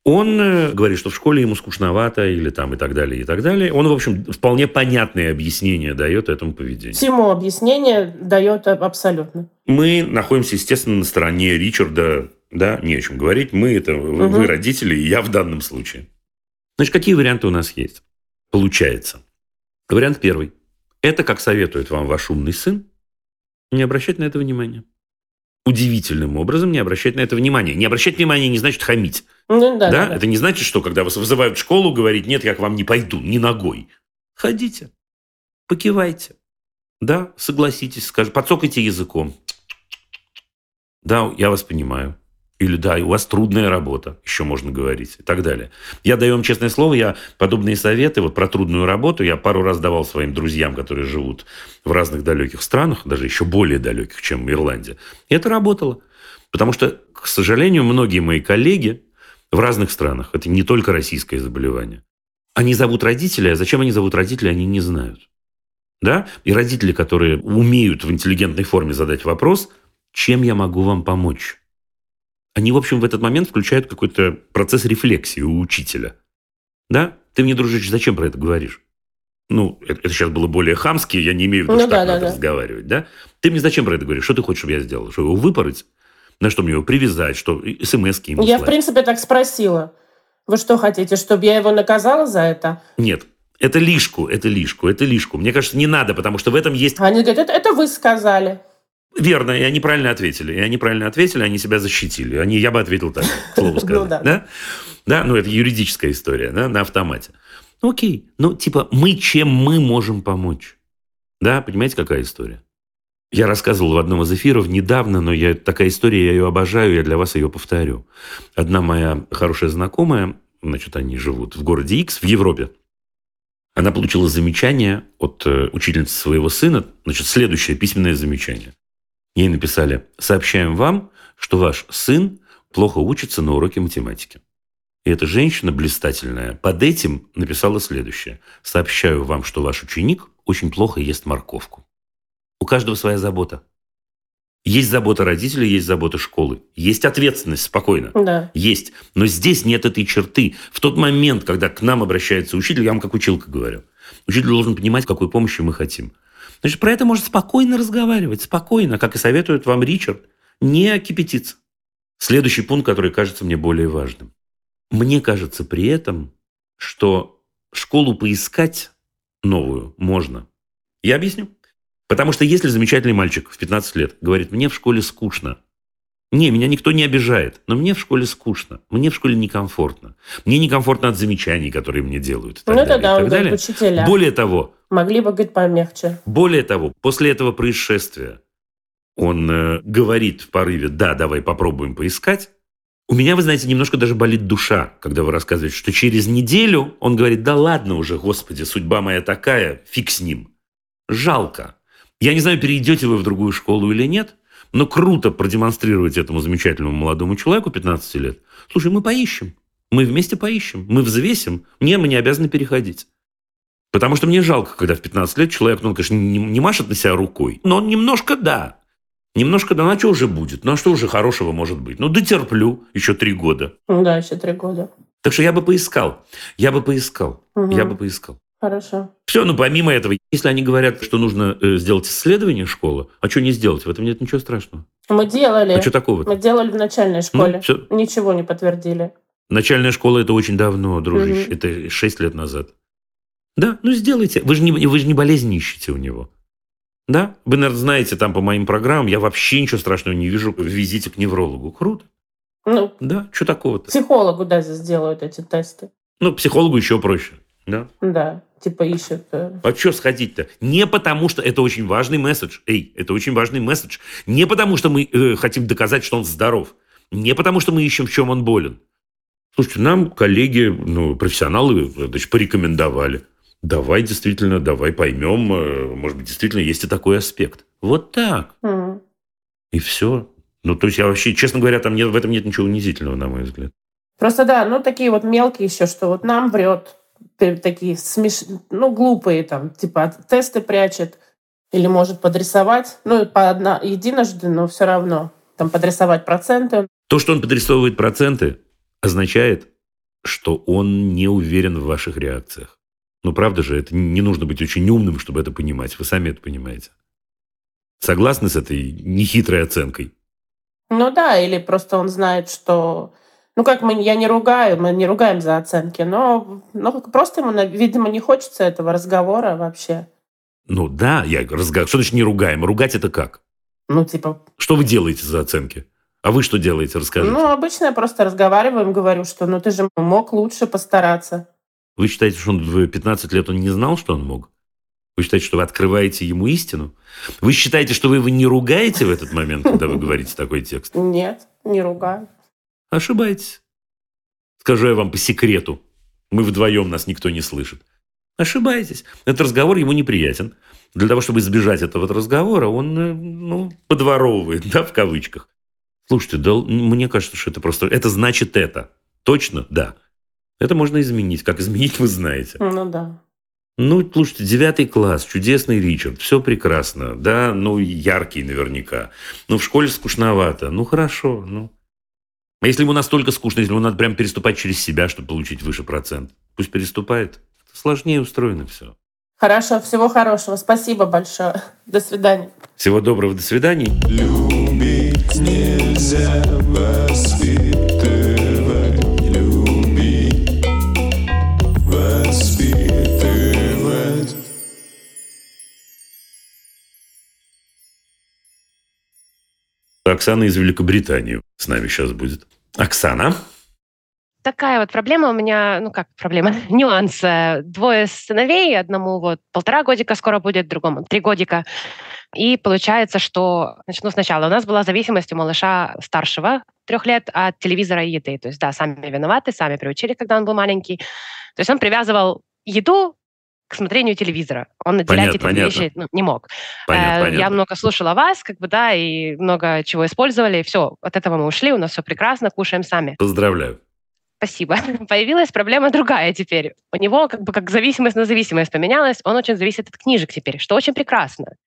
Он говорит, что в школе ему скучновато или там и так далее, и так далее. Он, в общем, вполне понятные объяснения дает этому поведению. Всему объяснение дает абсолютно. Мы находимся, естественно, на стороне Ричарда, да, не о чем говорить. Мы это, вы родители, и я в данном случае. Значит, какие варианты у нас есть? Получается. Вариант первый. Это, как советует вам ваш умный сын, не обращать на это внимания. Удивительным образом не обращать на это внимания. Не обращать внимания не значит хамить. Да? Это не значит, что когда вас вызывают в школу, говорить, нет, я к вам не пойду, ни ногой. Ходите, покивайте. Да, согласитесь, скажите, подцокайте языком. Да, я вас понимаю. Или да, у вас трудная работа, еще можно говорить, и так далее. Я даю вам честное слово, я подобные советы про трудную работу я пару раз давал своим друзьям, которые живут в разных далеких странах, даже еще более далеких, чем Ирландия. И это работало. Потому что, к сожалению, многие мои коллеги в разных странах, это не только российское заболевание, они зовут родителей, а зачем они зовут родителей, они не знают. Да? И родители, которые умеют в интеллигентной форме задать вопрос, чем я могу вам помочь? Они, в общем, в этот момент включают какой-то процесс рефлексии у учителя. Да? Ты мне, дружище, зачем про это говоришь? Это сейчас было более хамски, я не имею в виду, что так надо разговаривать. Да? Ты мне зачем про это говоришь? Что ты хочешь, чтобы я сделал? Что его выпороть? На что мне его привязать? Что смс-ки ему Я, слать? В принципе, так спросила. Вы что хотите, чтобы я его наказала за это? Нет. Это лишку. Мне кажется, не надо, потому что в этом есть... Они говорят, это вы сказали. Верно, и они правильно ответили. Они себя защитили. Я бы ответил так, к слову сказать. Да? Да, это юридическая история, да, на автомате. Окей, чем мы можем помочь? Да, понимаете, какая история? Я рассказывал в одном из эфиров недавно, но такая история, я ее обожаю, я для вас ее повторю. Одна моя хорошая знакомая, значит, они живут в городе X в Европе. Она получила замечание от учительницы своего сына, значит, следующее письменное замечание. Ей написали: «Сообщаем вам, что ваш сын плохо учится на уроке математики». И эта женщина блистательная под этим написала следующее: «Сообщаю вам, что ваш ученик очень плохо ест морковку». У каждого своя забота. Есть забота родителей, есть забота школы. Есть ответственность, спокойно. Да. Есть. Но здесь нет этой черты. В тот момент, когда к нам обращается учитель, я вам как училка говорю, учитель должен понимать, какой помощи мы хотим. Значит, про это можно спокойно разговаривать, спокойно, как и советует вам Ричард, не кипятиться. Следующий пункт, который кажется мне более важным. Мне кажется при этом, что школу поискать новую можно. Я объясню. Потому что если замечательный мальчик в 15 лет говорит, мне в школе скучно, меня никто не обижает, но мне в школе скучно, мне в школе некомфортно. Мне некомфортно от замечаний, которые мне делают. И так Ну, это далее, да, и так он далее. говорит, учителя. Более того, Могли бы говорить помягче. более того, после этого происшествия он говорит в порыве, да, давай попробуем поискать. У меня, вы знаете, немножко даже болит душа, когда вы рассказываете, что через неделю он говорит, да ладно уже, господи, судьба моя такая, фиг с ним. Жалко. Я не знаю, перейдете вы в другую школу или нет, но круто продемонстрировать этому замечательному молодому человеку 15 лет. Слушай, мы поищем, мы вместе поищем, мы взвесим. Не, мы не обязаны переходить. Потому что мне жалко, когда в 15 лет человек, он, конечно, не машет на себя рукой, но он немножко да. Немножко да, ну а что уже будет? Ну а что уже хорошего может быть? Ну дотерплю еще 3 года. Да, еще 3 года. Так что я бы поискал. Хорошо. Все, ну помимо этого, если они говорят, что нужно сделать исследование школы, а что не сделать? В этом нет ничего страшного. Мы делали. А что такого-то? Мы делали в начальной школе. всё. Ничего не подтвердили. Начальная школа – это очень давно, дружище. Это 6 лет назад. Да, ну сделайте. Вы же не болезнь ищете у него. Да? Вы, наверное, знаете, там по моим программам я вообще ничего страшного не вижу в визите к неврологу. Круто. Ну, Да, что такого-то? психологу, да, сделают эти тесты. Ну, психологу еще проще. Да? Да, типа ищут. А что сходить-то? Не потому, что это очень важный месседж. Это очень важный месседж. Не потому, что мы хотим доказать, что он здоров. Не потому, что мы ищем, в чем он болен. Слушайте, нам коллеги, профессионалы, значит, порекомендовали. Давай поймем, может быть, действительно есть и такой аспект. Вот так. И все. Ну, то есть я вообще, честно говоря, в этом нет ничего унизительного, на мой взгляд. Просто да, такие вот мелкие еще, что вот нам врет, такие глупые там, типа тесты прячет или может подрисовать, единожды, но все равно там подрисовать проценты. То, что он подрисовывает проценты, означает, что он не уверен в ваших реакциях. Ну, правда же, это не нужно быть очень умным, чтобы это понимать. Вы сами это понимаете. Согласны с этой нехитрой оценкой? Ну да, или просто он знает, что... я не ругаю, мы не ругаем за оценки, но просто ему, видимо, не хочется этого разговора вообще. Ну да, что значит не ругаем? Ругать это как? Что вы делаете за оценки? А вы что делаете? Расскажите. Обычно я просто разговариваю, говорю, что ты же мог лучше постараться. Вы считаете, что он в 15 лет он не знал, что он мог? Вы считаете, что вы открываете ему истину? Вы считаете, что вы его не ругаете в этот момент, когда вы говорите такой текст? Нет, не ругаю. Ошибаетесь. Скажу я вам по секрету. Мы вдвоем, нас никто не слышит. Ошибаетесь. Этот разговор ему неприятен. Для того, чтобы избежать этого разговора, он подворовывает, да, в кавычках. Слушайте, да, мне кажется, что это значит это. Точно? Да. Это можно изменить. Как изменить, вы знаете. Ну да. Слушайте, 9 класс, чудесный Ричард, все прекрасно, да, яркий наверняка. В школе скучновато, хорошо, А если ему настолько скучно, если ему надо прям переступать через себя, чтобы получить выше процент, пусть переступает. Это сложнее устроено все. Хорошо, всего хорошего. Спасибо большое. До свидания. Всего доброго, до свидания. Любить нельзя воспитывать, любить, воспитывать. Оксана из Великобритании с нами сейчас будет. Оксана? Такая вот проблема у меня, проблема, нюанс. 2 сыновей, одному 1,5 годика скоро будет, другому 3 годика. И получается, что, начну сначала, у нас была зависимость у малыша старшего 3 лет от телевизора и еды. То есть, да, сами виноваты, сами приучили, когда он был маленький. То есть он привязывал еду к смотрению телевизора. Он отделять эти вещи не мог. Понятно. Я много слушала вас, и много чего использовали. И все, от этого мы ушли, у нас все прекрасно, кушаем сами. Поздравляю. Спасибо. Появилась проблема другая теперь. У него как зависимость на зависимость поменялась, он очень зависит от книжек теперь, что очень прекрасно.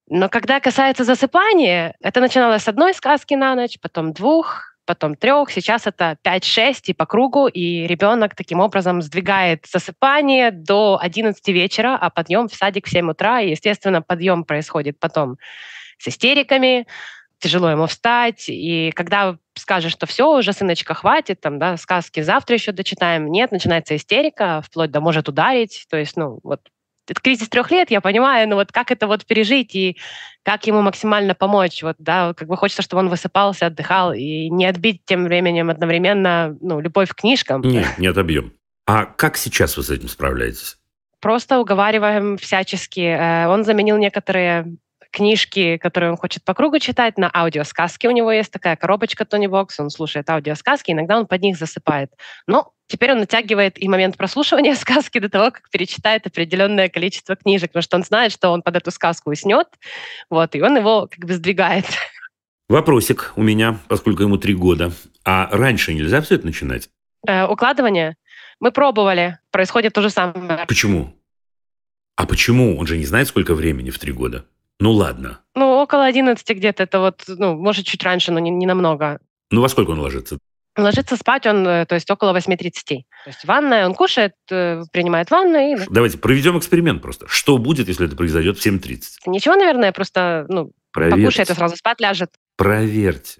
Но когда касается засыпания, это начиналось с одной сказки на ночь, потом 2, потом 3, сейчас это 5-6 и по кругу, и ребенок таким образом сдвигает засыпание до 11 вечера, а подъем в садик в 7 утра, и, естественно, подъем происходит потом с истериками, тяжело ему встать, и когда скажешь, что все, уже, сыночка, хватит, там, да, сказки завтра еще дочитаем, нет, начинается истерика, вплоть до может ударить, то есть, вот, это кризис 3 лет, я понимаю, но вот как это вот пережить и как ему максимально помочь, вот, да, как бы хочется, чтобы он высыпался, отдыхал, и не отбить тем временем одновременно, любовь к книжкам. Нет, не отобьем. А как сейчас вы с этим справляетесь? Просто уговариваем всячески. Он заменил некоторые книжки, которые он хочет по кругу читать, на аудиосказки. У него есть такая коробочка Tony Box, он слушает аудиосказки, иногда он под них засыпает. Но теперь он натягивает и момент прослушивания сказки до того, как перечитает определенное количество книжек, потому что он знает, что он под эту сказку уснет, вот, и он его как бы сдвигает. Вопросик у меня, поскольку ему 3 года. А раньше нельзя все это начинать? Укладывание? Мы пробовали. Происходит то же самое. Почему? А почему? Он же не знает, сколько времени в 3 года. Ну ладно. Около 11 где-то. Это вот, может, чуть раньше, но не намного. Во сколько он ложится? Ложится спать он, то есть около 8:30. То есть ванная, он кушает, принимает ванну. Давайте проведем эксперимент просто. Что будет, если это произойдет в 7:30? Ничего, наверное, просто покушает и сразу спать ляжет. Проверьте.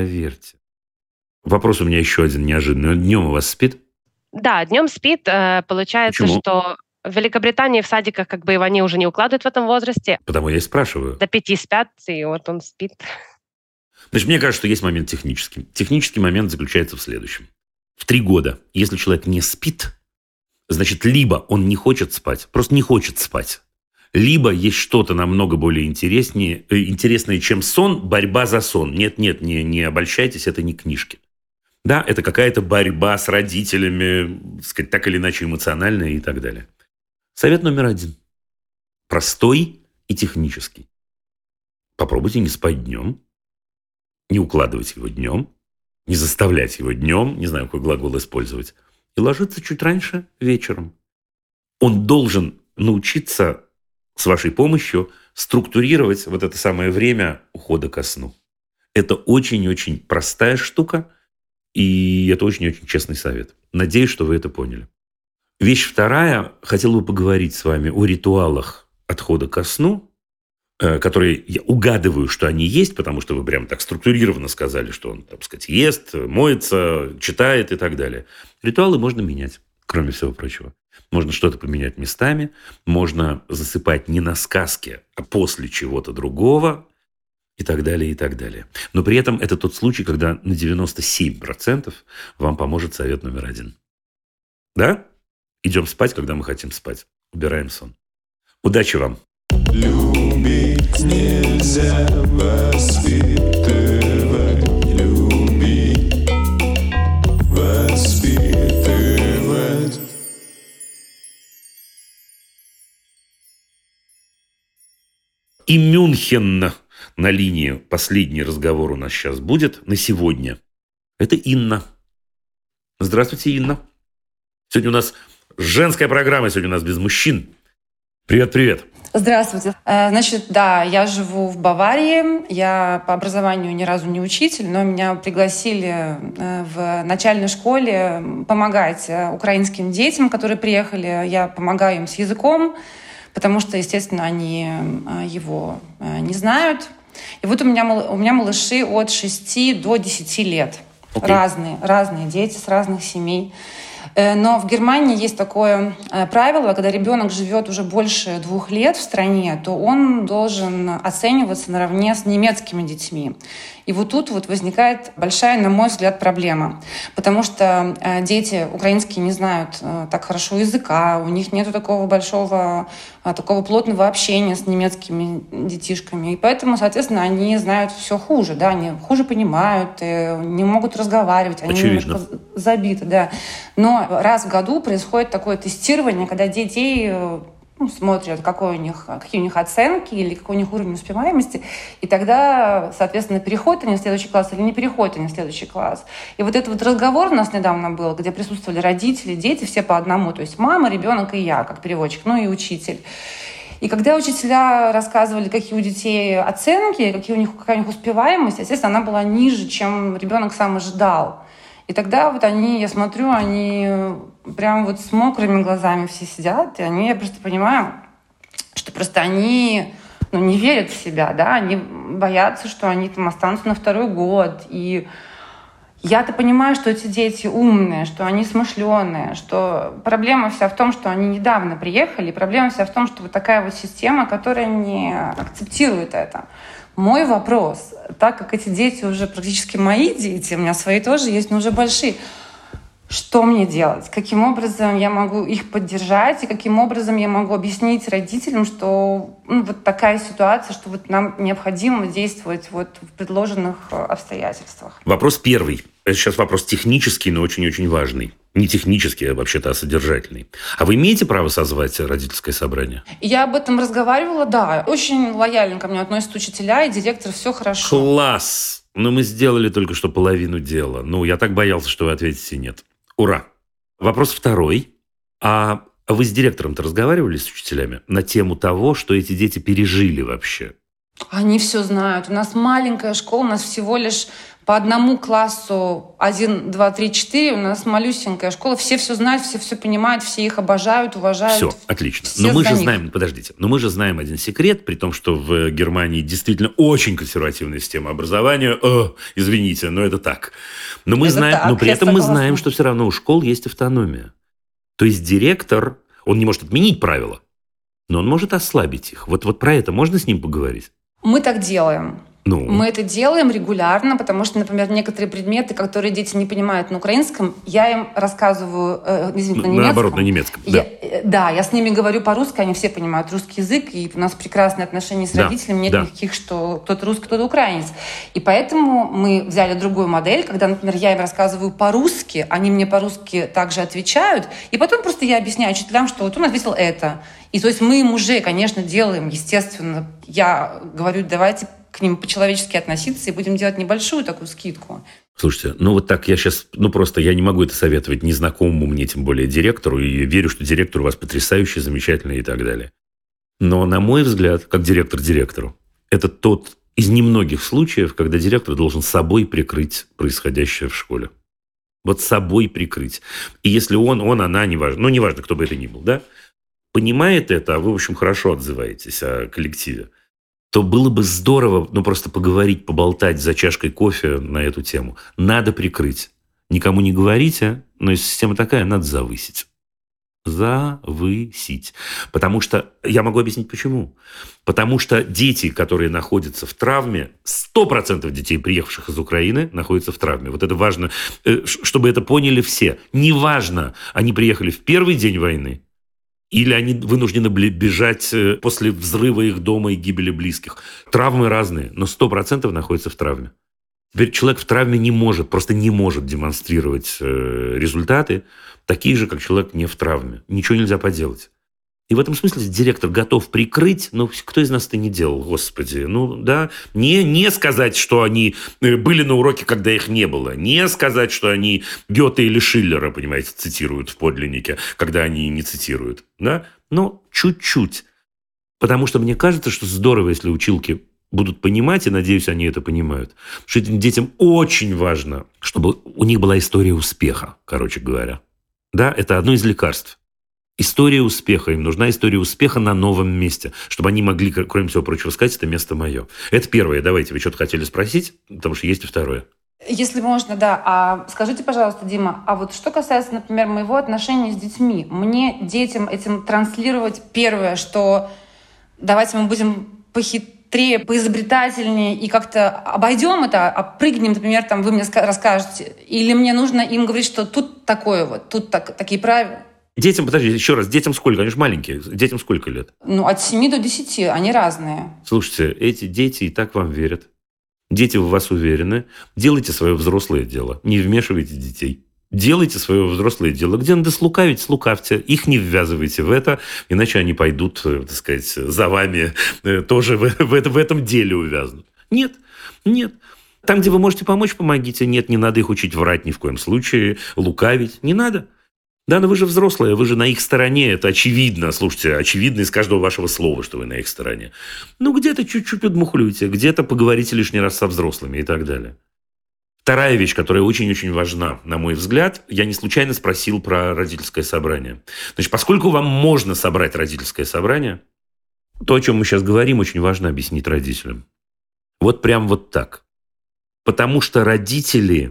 Вопрос у меня еще один неожиданный. Он днем у вас спит? Да, днем спит. Получается, Почему? что в Великобритании в садиках как бы его они уже не укладывают в этом возрасте. Потому я и спрашиваю. До 5 спят, и вот он спит. Значит, мне кажется, что есть момент технический. Технический момент заключается в следующем. В 3 года, если человек не спит, значит, либо он не хочет спать, просто не хочет спать, либо есть что-то намного более интересное, чем сон, борьба за сон. Нет, не обольщайтесь, это не книжки. Да, это какая-то борьба с родителями, сказать, так или иначе эмоциональная и так далее. Совет номер 1. Простой и технический. Попробуйте не спать днем, не укладывать его днем, не заставлять его днем, не знаю, какой глагол использовать, и ложиться чуть раньше вечером. Он должен научиться с вашей помощью структурировать вот это самое время ухода ко сну. Это очень-очень простая штука, и это очень-очень честный совет. Надеюсь, что вы это поняли. Вещь вторая. Хотел бы поговорить с вами о ритуалах отхода ко сну, которые я угадываю, что они есть, потому что вы прям так структурированно сказали, что он, так сказать, ест, моется, читает и так далее. Ритуалы можно менять, кроме всего прочего. Можно что-то поменять местами, можно засыпать не на сказке, а после чего-то другого и так далее, и так далее. Но при этом это тот случай, когда на 97% вам поможет совет номер 1. Да? Идем спать, когда мы хотим спать. Убираем сон. Удачи вам! Любить нельзя воспитывать, любить, воспитывать. И Мюнхен на линии. Последний разговор у нас сейчас будет на сегодня. Это Инна. Здравствуйте, Инна. Сегодня у нас женская программа, сегодня у нас без мужчин. Привет. Здравствуйте. Значит, да, я живу в Баварии. Я по образованию ни разу не учитель, но меня пригласили в начальной школе помогать украинским детям, которые приехали. Я помогаю им с языком, потому что, естественно, они его не знают. И вот у меня малыши от 6 до 10 лет. Okay. Разные дети с разных семей. Но в Германии есть такое правило, когда ребенок живет уже больше 2 лет в стране, то он должен оцениваться наравне с немецкими детьми. И вот тут вот возникает большая, на мой взгляд, проблема. Потому что дети украинские не знают так хорошо языка, у них нет такого большого, такого плотного общения с немецкими детишками. И поэтому, соответственно, они знают все хуже. Да? Они хуже понимают, не могут разговаривать, они немножко забиты. Да. Но раз в году происходит такое тестирование, когда детей смотрят, какие у них оценки или какой у них уровень успеваемости, и тогда, соответственно, переходят они в следующий класс или не переходят они в следующий класс. И вот этот вот разговор у нас недавно был, где присутствовали родители, дети, все по одному, то есть мама, ребенок и я, как переводчик, ну и учитель. И когда учителя рассказывали, какие у детей оценки, какая у них успеваемость, естественно, она была ниже, чем ребенок сам ожидал. И тогда вот я смотрю, они прям вот с мокрыми глазами все сидят, и я просто понимаю, что просто они не верят в себя, да, они боятся, что они там останутся на второй год. И я-то понимаю, что эти дети умные, что они смышленые, что проблема вся в том, что они недавно приехали, и проблема вся в том, что вот такая вот система, которая не акцептирует это. Мой вопрос, так как эти дети уже практически мои дети, у меня свои тоже есть, но уже большие, что мне делать? Каким образом я могу их поддержать? И каким образом я могу объяснить родителям, что вот такая ситуация, что вот нам необходимо действовать вот в предложенных обстоятельствах? Вопрос первый. Это сейчас вопрос технический, но очень-очень важный. Не технический, а вообще-то содержательный. А вы имеете право созвать родительское собрание? Я об этом разговаривала, да. Очень лояльно ко мне относятся учителя и директор, все хорошо. Класс! Но мы сделали только что половину дела. Я так боялся, что вы ответите нет. Ура! Вопрос второй. А вы с директором-то разговаривали с учителями на тему того, что эти дети пережили вообще? Они все знают. У нас маленькая школа, у нас всего лишь по одному классу 1, 2, 3, 4. У нас малюсенькая школа. Все знают, все понимают, все их обожают, уважают. Все, отлично. Но мы же знаем, мы же знаем один секрет, при том, что в Германии действительно очень консервативная система образования. Извините, но это так. Но мы знаем, но при этом мы знаем, что все равно у школ есть автономия. То есть директор, он не может отменить правила, но он может ослабить их. Вот про это можно с ним поговорить? Мы так делаем. Мы это делаем регулярно, потому что, например, некоторые предметы, которые дети не понимают на украинском, я им рассказываю, на немецком. Наоборот, на немецком. Да, я с ними говорю по-русски, они все понимают русский язык, и у нас прекрасные отношения с родителями, нет никаких, что кто-то русский, кто-то украинец. И поэтому мы взяли другую модель, когда, например, я им рассказываю по-русски, они мне по-русски также отвечают, и потом просто я объясняю учителям, что вот он ответил это. И то есть мы им уже, конечно, делаем, естественно, я говорю, давайте к ним по-человечески относиться и будем делать небольшую такую скидку. Слушайте, вот так я сейчас, просто я не могу это советовать незнакомому мне, тем более директору, и верю, что директор у вас потрясающий, замечательный и так далее. Но, на мой взгляд, как директор директору, это тот из немногих случаев, когда директор должен собой прикрыть происходящее в школе. Вот собой прикрыть. И если она, неважно, неважно, кто бы это ни был, да, понимает это, а вы, в общем, хорошо отзываетесь о коллективе, то было бы здорово, просто поговорить, поболтать за чашкой кофе на эту тему. Надо прикрыть. Никому не говорите, но если система такая, надо завысить. Завысить. Потому что, я могу объяснить почему. Потому что дети, которые находятся в травме, 100% детей, приехавших из Украины, находятся в травме. Вот это важно, чтобы это поняли все. Неважно, они приехали в первый день войны, или они вынуждены были бежать после взрыва их дома и гибели близких. Травмы разные, но 100% находятся в травме. Теперь человек в травме просто не может демонстрировать результаты, такие же, как человек не в травме. Ничего нельзя поделать. И в этом смысле директор готов прикрыть, но кто из нас это не делал, господи. Не сказать, что они были на уроке, когда их не было. Не сказать, что они Гёте или Шиллера, понимаете, цитируют в подлиннике, когда они не цитируют. Да? Но чуть-чуть. Потому что мне кажется, что здорово, если училки будут понимать, и, надеюсь, они это понимают, что этим детям очень важно, чтобы у них была история успеха, короче говоря. Да, это одно из лекарств. История успеха. Им нужна история успеха на новом месте, чтобы они могли, кроме всего прочего, сказать, это место мое. Это первое. Давайте, вы что-то хотели спросить, потому что есть и второе. Если можно, да. А скажите, пожалуйста, Дима, а вот что касается, например, моего отношения с детьми, мне детям этим транслировать первое, что давайте мы будем похитрее, поизобретательнее и как-то обойдем это, прыгнем, например, там вы мне расскажете, или мне нужно им говорить, что тут такое тут такие правила? Детям, подожди, еще раз, детям сколько? Они же маленькие. Детям сколько лет? От 7 до 10, они разные. Слушайте, эти дети и так вам верят. Дети в вас уверены. Делайте свое взрослое дело. Не вмешивайте детей. Делайте свое взрослое дело. Где надо слукавить, слукавьте. Их не ввязывайте в это, иначе они пойдут, так сказать, за вами тоже в этом деле увязнут. Нет. Там, где вы можете помочь, помогите. Нет, не надо их учить врать ни в коем случае, лукавить. Не надо. Да, но вы же взрослые, вы же на их стороне, это очевидно. Слушайте, очевидно из каждого вашего слова, что вы на их стороне. Ну, где-то чуть-чуть подмухлюйте, где-то поговорите лишний раз со взрослыми и так далее. Вторая вещь, которая очень-очень важна, на мой взгляд, я не случайно спросил про родительское собрание. Значит, поскольку вам можно собрать родительское собрание, то, о чем мы сейчас говорим, очень важно объяснить родителям. Вот прям вот так. Потому что родители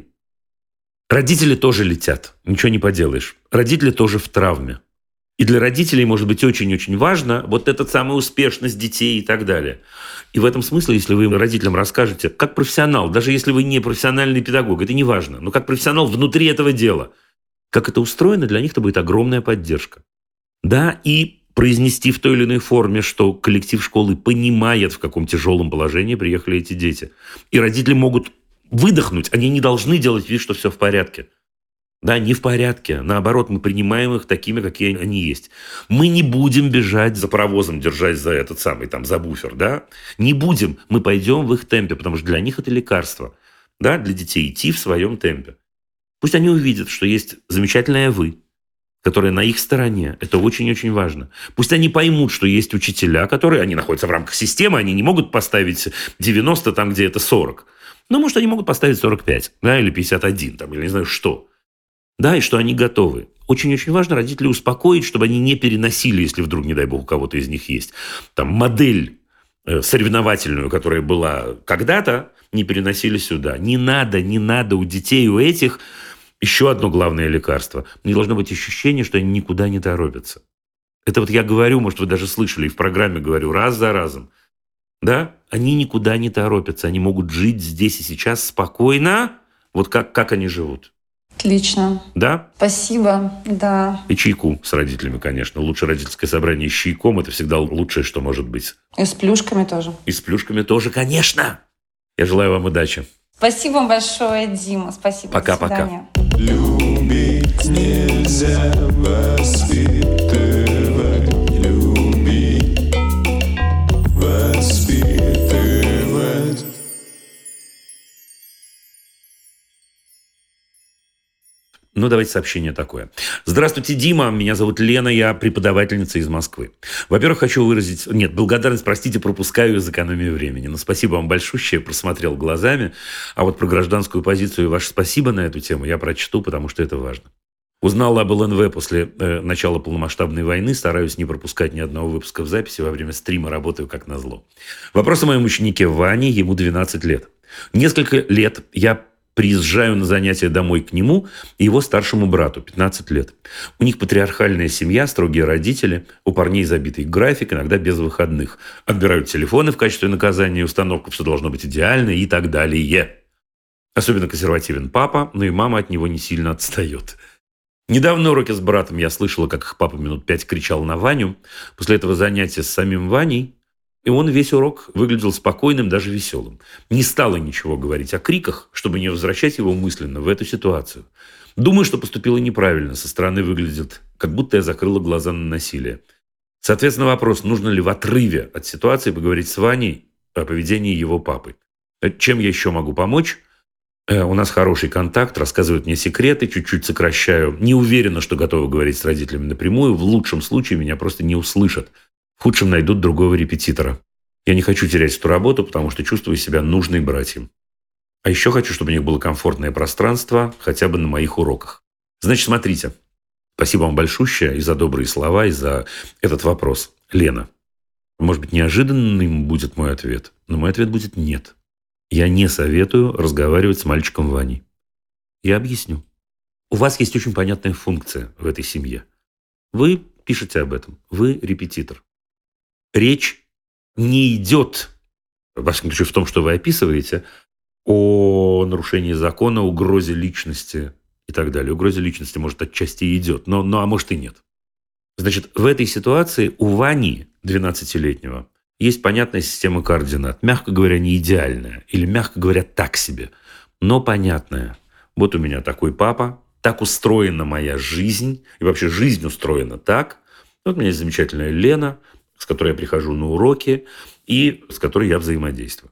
тоже летят, ничего не поделаешь. Родители тоже в травме. И для родителей может быть очень-очень важно вот эта самая успешность детей и так далее. И в этом смысле, если вы родителям расскажете, как профессионал, даже если вы не профессиональный педагог, это не важно, но как профессионал внутри этого дела, как это устроено, для них это будет огромная поддержка. Да, и произнести в той или иной форме, что коллектив школы понимает, в каком тяжелом положении приехали эти дети. И родители могут выдохнуть, они не должны делать вид, что все в порядке. Да, не в порядке. Наоборот, мы принимаем их такими, какие они есть. Мы не будем бежать за паровозом, держась за этот самый, за буфер, да? Не будем. Мы пойдем в их темпе, потому что для них это лекарство. Да, для детей идти в своем темпе. Пусть они увидят, что есть замечательное «вы», которое на их стороне. Это очень-очень важно. Пусть они поймут, что есть учителя, они находятся в рамках системы, они не могут поставить 90 там, где это 40. Но, может, они могут поставить 45, да, или 51, или не знаю что. Да, и что они готовы. Очень-очень важно родителей успокоить, чтобы они не переносили, если вдруг, не дай бог, у кого-то из них есть модель соревновательную, которая была когда-то, не переносили сюда. Не надо у детей, у этих еще одно главное лекарство. Не должно быть ощущения, что они никуда не торопятся. Это вот я говорю, может, вы даже слышали, и в программе говорю раз за разом. Да? Они никуда не торопятся. Они могут жить здесь и сейчас спокойно, вот как они живут. Отлично. Да? Спасибо, да. И чайку с родителями, конечно. Лучше родительское собрание с чайком. Это всегда лучшее, что может быть. И с плюшками тоже. И с плюшками тоже, конечно. Я желаю вам удачи. Спасибо большое, Дима. Спасибо. Пока-пока. Любить нельзя воспитывать. Любить воспитывать. Ну, давайте сообщение такое. Здравствуйте, Дима. Меня зовут Лена, я преподавательница из Москвы. Во-первых, хочу выразить... благодарность, простите, пропускаю из экономии времени. Но спасибо вам большущее, просмотрел глазами. А вот про гражданскую позицию и ваше спасибо на эту тему я прочту, потому что это важно. Узнал об ЛНВ после начала полномасштабной войны. Стараюсь не пропускать ни одного выпуска в записи. Во время стрима работаю как назло. Вопрос о моем ученике Ване. Ему 12 лет. Несколько лет я приезжаю на занятия домой к нему и его старшему брату, 15 лет. У них патриархальная семья, строгие родители, у парней забитый график, иногда без выходных. Отбирают телефоны в качестве наказания, установка, все должно быть идеально и так далее. Особенно консервативен папа, но и мама от него не сильно отстает. Недавно на уроке с братом я слышала, как их папа минут 5 кричал на Ваню. После этого занятия с самим Ваней, и он весь урок выглядел спокойным, даже веселым. Не стала ничего говорить о криках, чтобы не возвращать его мысленно в эту ситуацию. Думаю, что поступила неправильно. Со стороны выглядит, как будто я закрыла глаза на насилие. Соответственно, вопрос, нужно ли в отрыве от ситуации поговорить с Ваней о поведении его папы. Чем я еще могу помочь? У нас хороший контакт, рассказывают мне секреты, чуть-чуть сокращаю. Не уверена, что готова говорить с родителями напрямую. В лучшем случае меня просто не услышат. В худшем найдут другого репетитора. Я не хочу терять эту работу, потому что чувствую себя нужной братьям. А еще хочу, чтобы у них было комфортное пространство, хотя бы на моих уроках. Значит, смотрите. Спасибо вам большущее и за добрые слова, и за этот вопрос. Лена, может быть, неожиданным будет мой ответ, но мой ответ будет нет. Я не советую разговаривать с мальчиком Ваней. Я объясню. У вас есть очень понятная функция в этой семье. Вы пишете об этом. Вы репетитор. Речь не идет, во всяком случае, в том, что вы описываете, о нарушении закона, угрозе личности и так далее. Угрозе личности, может, отчасти идет, а может и нет. Значит, в этой ситуации у Вани, 12-летнего, есть понятная система координат. Мягко говоря, не идеальная. Или, мягко говоря, так себе. Но понятная. Вот у меня такой папа. Так устроена моя жизнь. И вообще жизнь устроена так. Вот у меня есть замечательная Лена, с которой я прихожу на уроки и с которой я взаимодействую.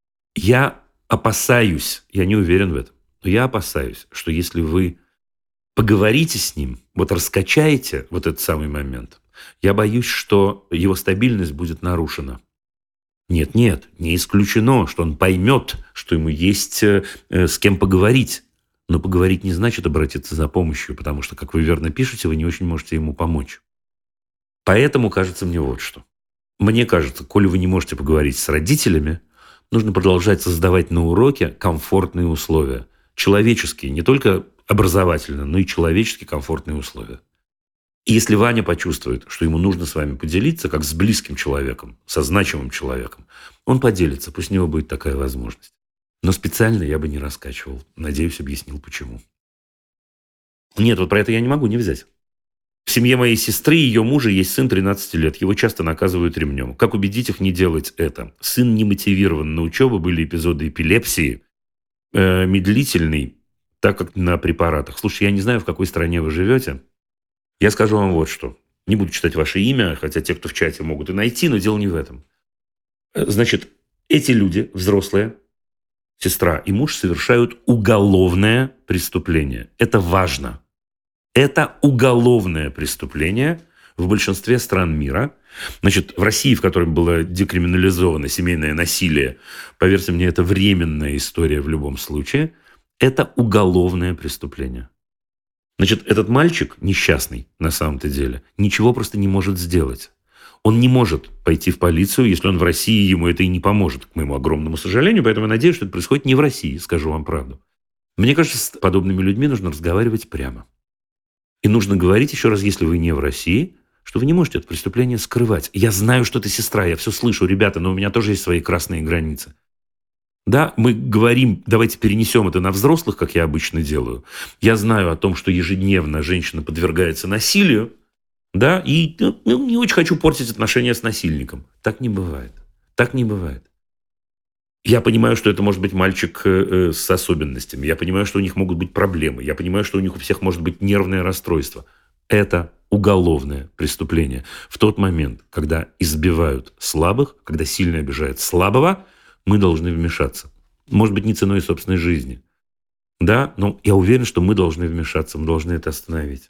Я опасаюсь, я не уверен в этом, но я опасаюсь, что если вы поговорите с ним, вот раскачаете вот этот самый момент, я боюсь, что его стабильность будет нарушена. Нет, не исключено, что он поймет, что ему есть с кем поговорить. Но поговорить не значит обратиться за помощью, потому что, как вы верно пишете, вы не очень можете ему помочь. Поэтому кажется мне вот что. Мне кажется, коли вы не можете поговорить с родителями, нужно продолжать создавать на уроке комфортные условия. Человеческие, не только образовательно, но и человеческие комфортные условия. И если Ваня почувствует, что ему нужно с вами поделиться, как с близким человеком, со значимым человеком, он поделится, пусть у него будет такая возможность. Но специально я бы не раскачивал. Надеюсь, объяснил, почему. Нет, вот про это я не могу не взять. В семье моей сестры и ее мужа есть сын 13 лет. Его часто наказывают ремнем. Как убедить их не делать это? Сын не мотивирован на учебу, были эпизоды эпилепсии, медлительный, так как на препаратах. Слушай, я не знаю, в какой стране вы живете. Я скажу вам вот что. Не буду читать ваше имя, хотя те, кто в чате, могут и найти, но дело не в этом. Значит, эти люди, взрослые, сестра и муж, совершают уголовное преступление. Это важно. Это уголовное преступление в большинстве стран мира. Значит, в России, в которой было декриминализовано семейное насилие, поверьте мне, это временная история в любом случае, это уголовное преступление. Значит, этот мальчик, несчастный на самом-то деле, ничего просто не может сделать. Он не может пойти в полицию, если он в России, ему это и не поможет, к моему огромному сожалению. Поэтому я надеюсь, что это происходит не в России, скажу вам правду. Мне кажется, с подобными людьми нужно разговаривать прямо. И нужно говорить, еще раз, если вы не в России, что вы не можете это преступление скрывать. Я знаю, что ты сестра, я все слышу, ребята, но у меня тоже есть свои красные границы. Да, мы говорим, давайте перенесем это на взрослых, как я обычно делаю. Я знаю о том, что ежедневно женщина подвергается насилию, да, и не очень хочу портить отношения с насильником. Так не бывает. Так не бывает. Я понимаю, что это может быть мальчик с особенностями. Я понимаю, что у них могут быть проблемы. Я понимаю, что у них у всех может быть нервное расстройство. Это уголовное преступление. В тот момент, когда избивают слабых, когда сильно обижают слабого, мы должны вмешаться. Может быть, не ценой собственной жизни. Да, но я уверен, что мы должны вмешаться, мы должны это остановить.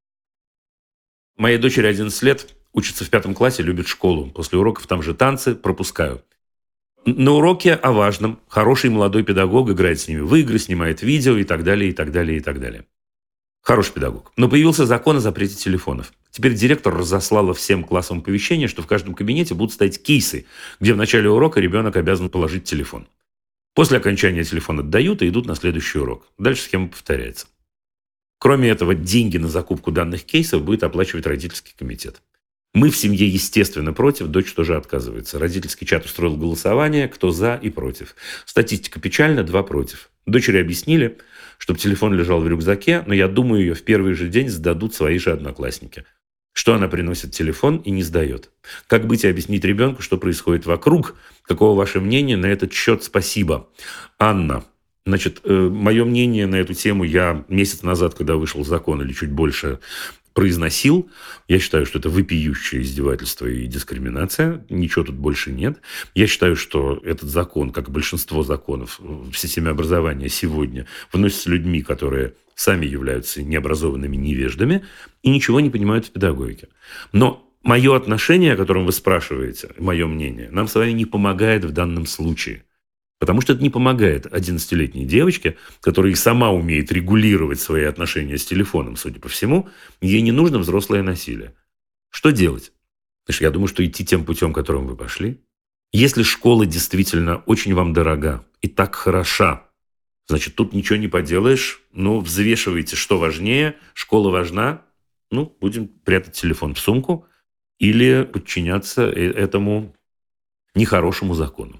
Моей дочери 11 лет, учится в 5 классе, любит школу. После уроков там же танцы, пропускаю. На уроке о важном хороший молодой педагог играет с ними в игры, снимает видео и так далее, и так далее, и так далее. Хороший педагог. Но появился закон о запрете телефонов. Теперь директор разослала всем классам оповещение, что в каждом кабинете будут стоять кейсы, где в начале урока ребенок обязан положить телефон. После окончания телефон отдают и идут на следующий урок. Дальше схема повторяется. Кроме этого, деньги на закупку данных кейсов будет оплачивать родительский комитет. Мы в семье, естественно, против, дочь тоже отказывается. Родительский чат устроил голосование, кто за и против. Статистика печальна, 2 против. Дочери объяснили, чтобы телефон лежал в рюкзаке, но я думаю, ее в первый же день сдадут свои же одноклассники. Что она приносит телефон и не сдает. Как быть и объяснить ребенку, что происходит вокруг? Каково ваше мнение на этот счет? Спасибо. Анна. Значит, мое мнение на эту тему я месяц назад, когда вышел закон или чуть больше, произносил. Я считаю, что это вопиющее издевательство и дискриминация. Ничего тут больше нет. Я считаю, что этот закон, как и большинство законов в системе образования сегодня, вносится людьми, которые сами являются необразованными невеждами и ничего не понимают в педагогике. Но мое отношение, о котором вы спрашиваете, мое мнение, нам с вами не помогает в данном случае. Потому что это не помогает 11-летней девочке, которая и сама умеет регулировать свои отношения с телефоном, судя по всему, ей не нужно взрослое насилие. Что делать? Знаешь, я думаю, что идти тем путем, которым вы пошли. Если школа действительно очень вам дорога и так хороша, значит, тут ничего не поделаешь. Ну, взвешивайте, что важнее. Школа важна. Ну, будем прятать телефон в сумку или подчиняться этому нехорошему закону.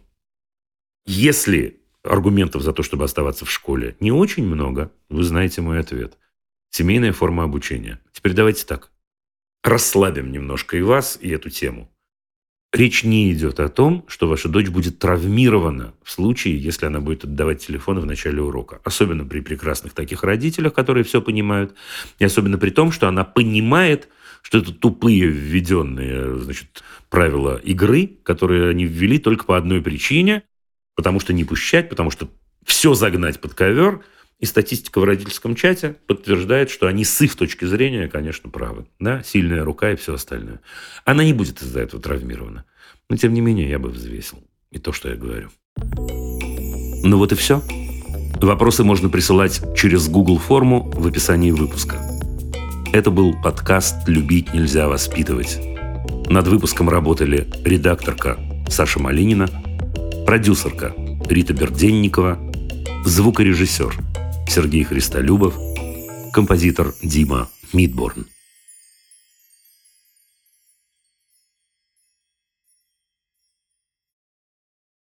Если аргументов за то, чтобы оставаться в школе, не очень много, вы знаете мой ответ. Семейная форма обучения. Теперь давайте так. Расслабим немножко и вас, и эту тему. Речь не идет о том, что ваша дочь будет травмирована в случае, если она будет отдавать телефон в начале урока. Особенно при прекрасных таких родителях, которые все понимают. И особенно при том, что она понимает, что это тупые введенные, значит, правила игры, которые они ввели только по одной причине. Потому что не пущать, потому что все загнать под ковер И статистика в родительском чате подтверждает, что они с их точки зрения, конечно, правы. Да? Сильная рука и все остальное. Она не будет из-за этого травмирована. Но, тем не менее, я бы взвесил и то, что я говорю. Ну вот и все. Вопросы можно присылать через Google форму в описании выпуска. Это был подкаст «Любить нельзя воспитывать». Над выпуском работали редакторка Саша Малинина, продюсерка Рита Берденникова, звукорежиссер Сергей Христолюбов, композитор Дима Мидборн.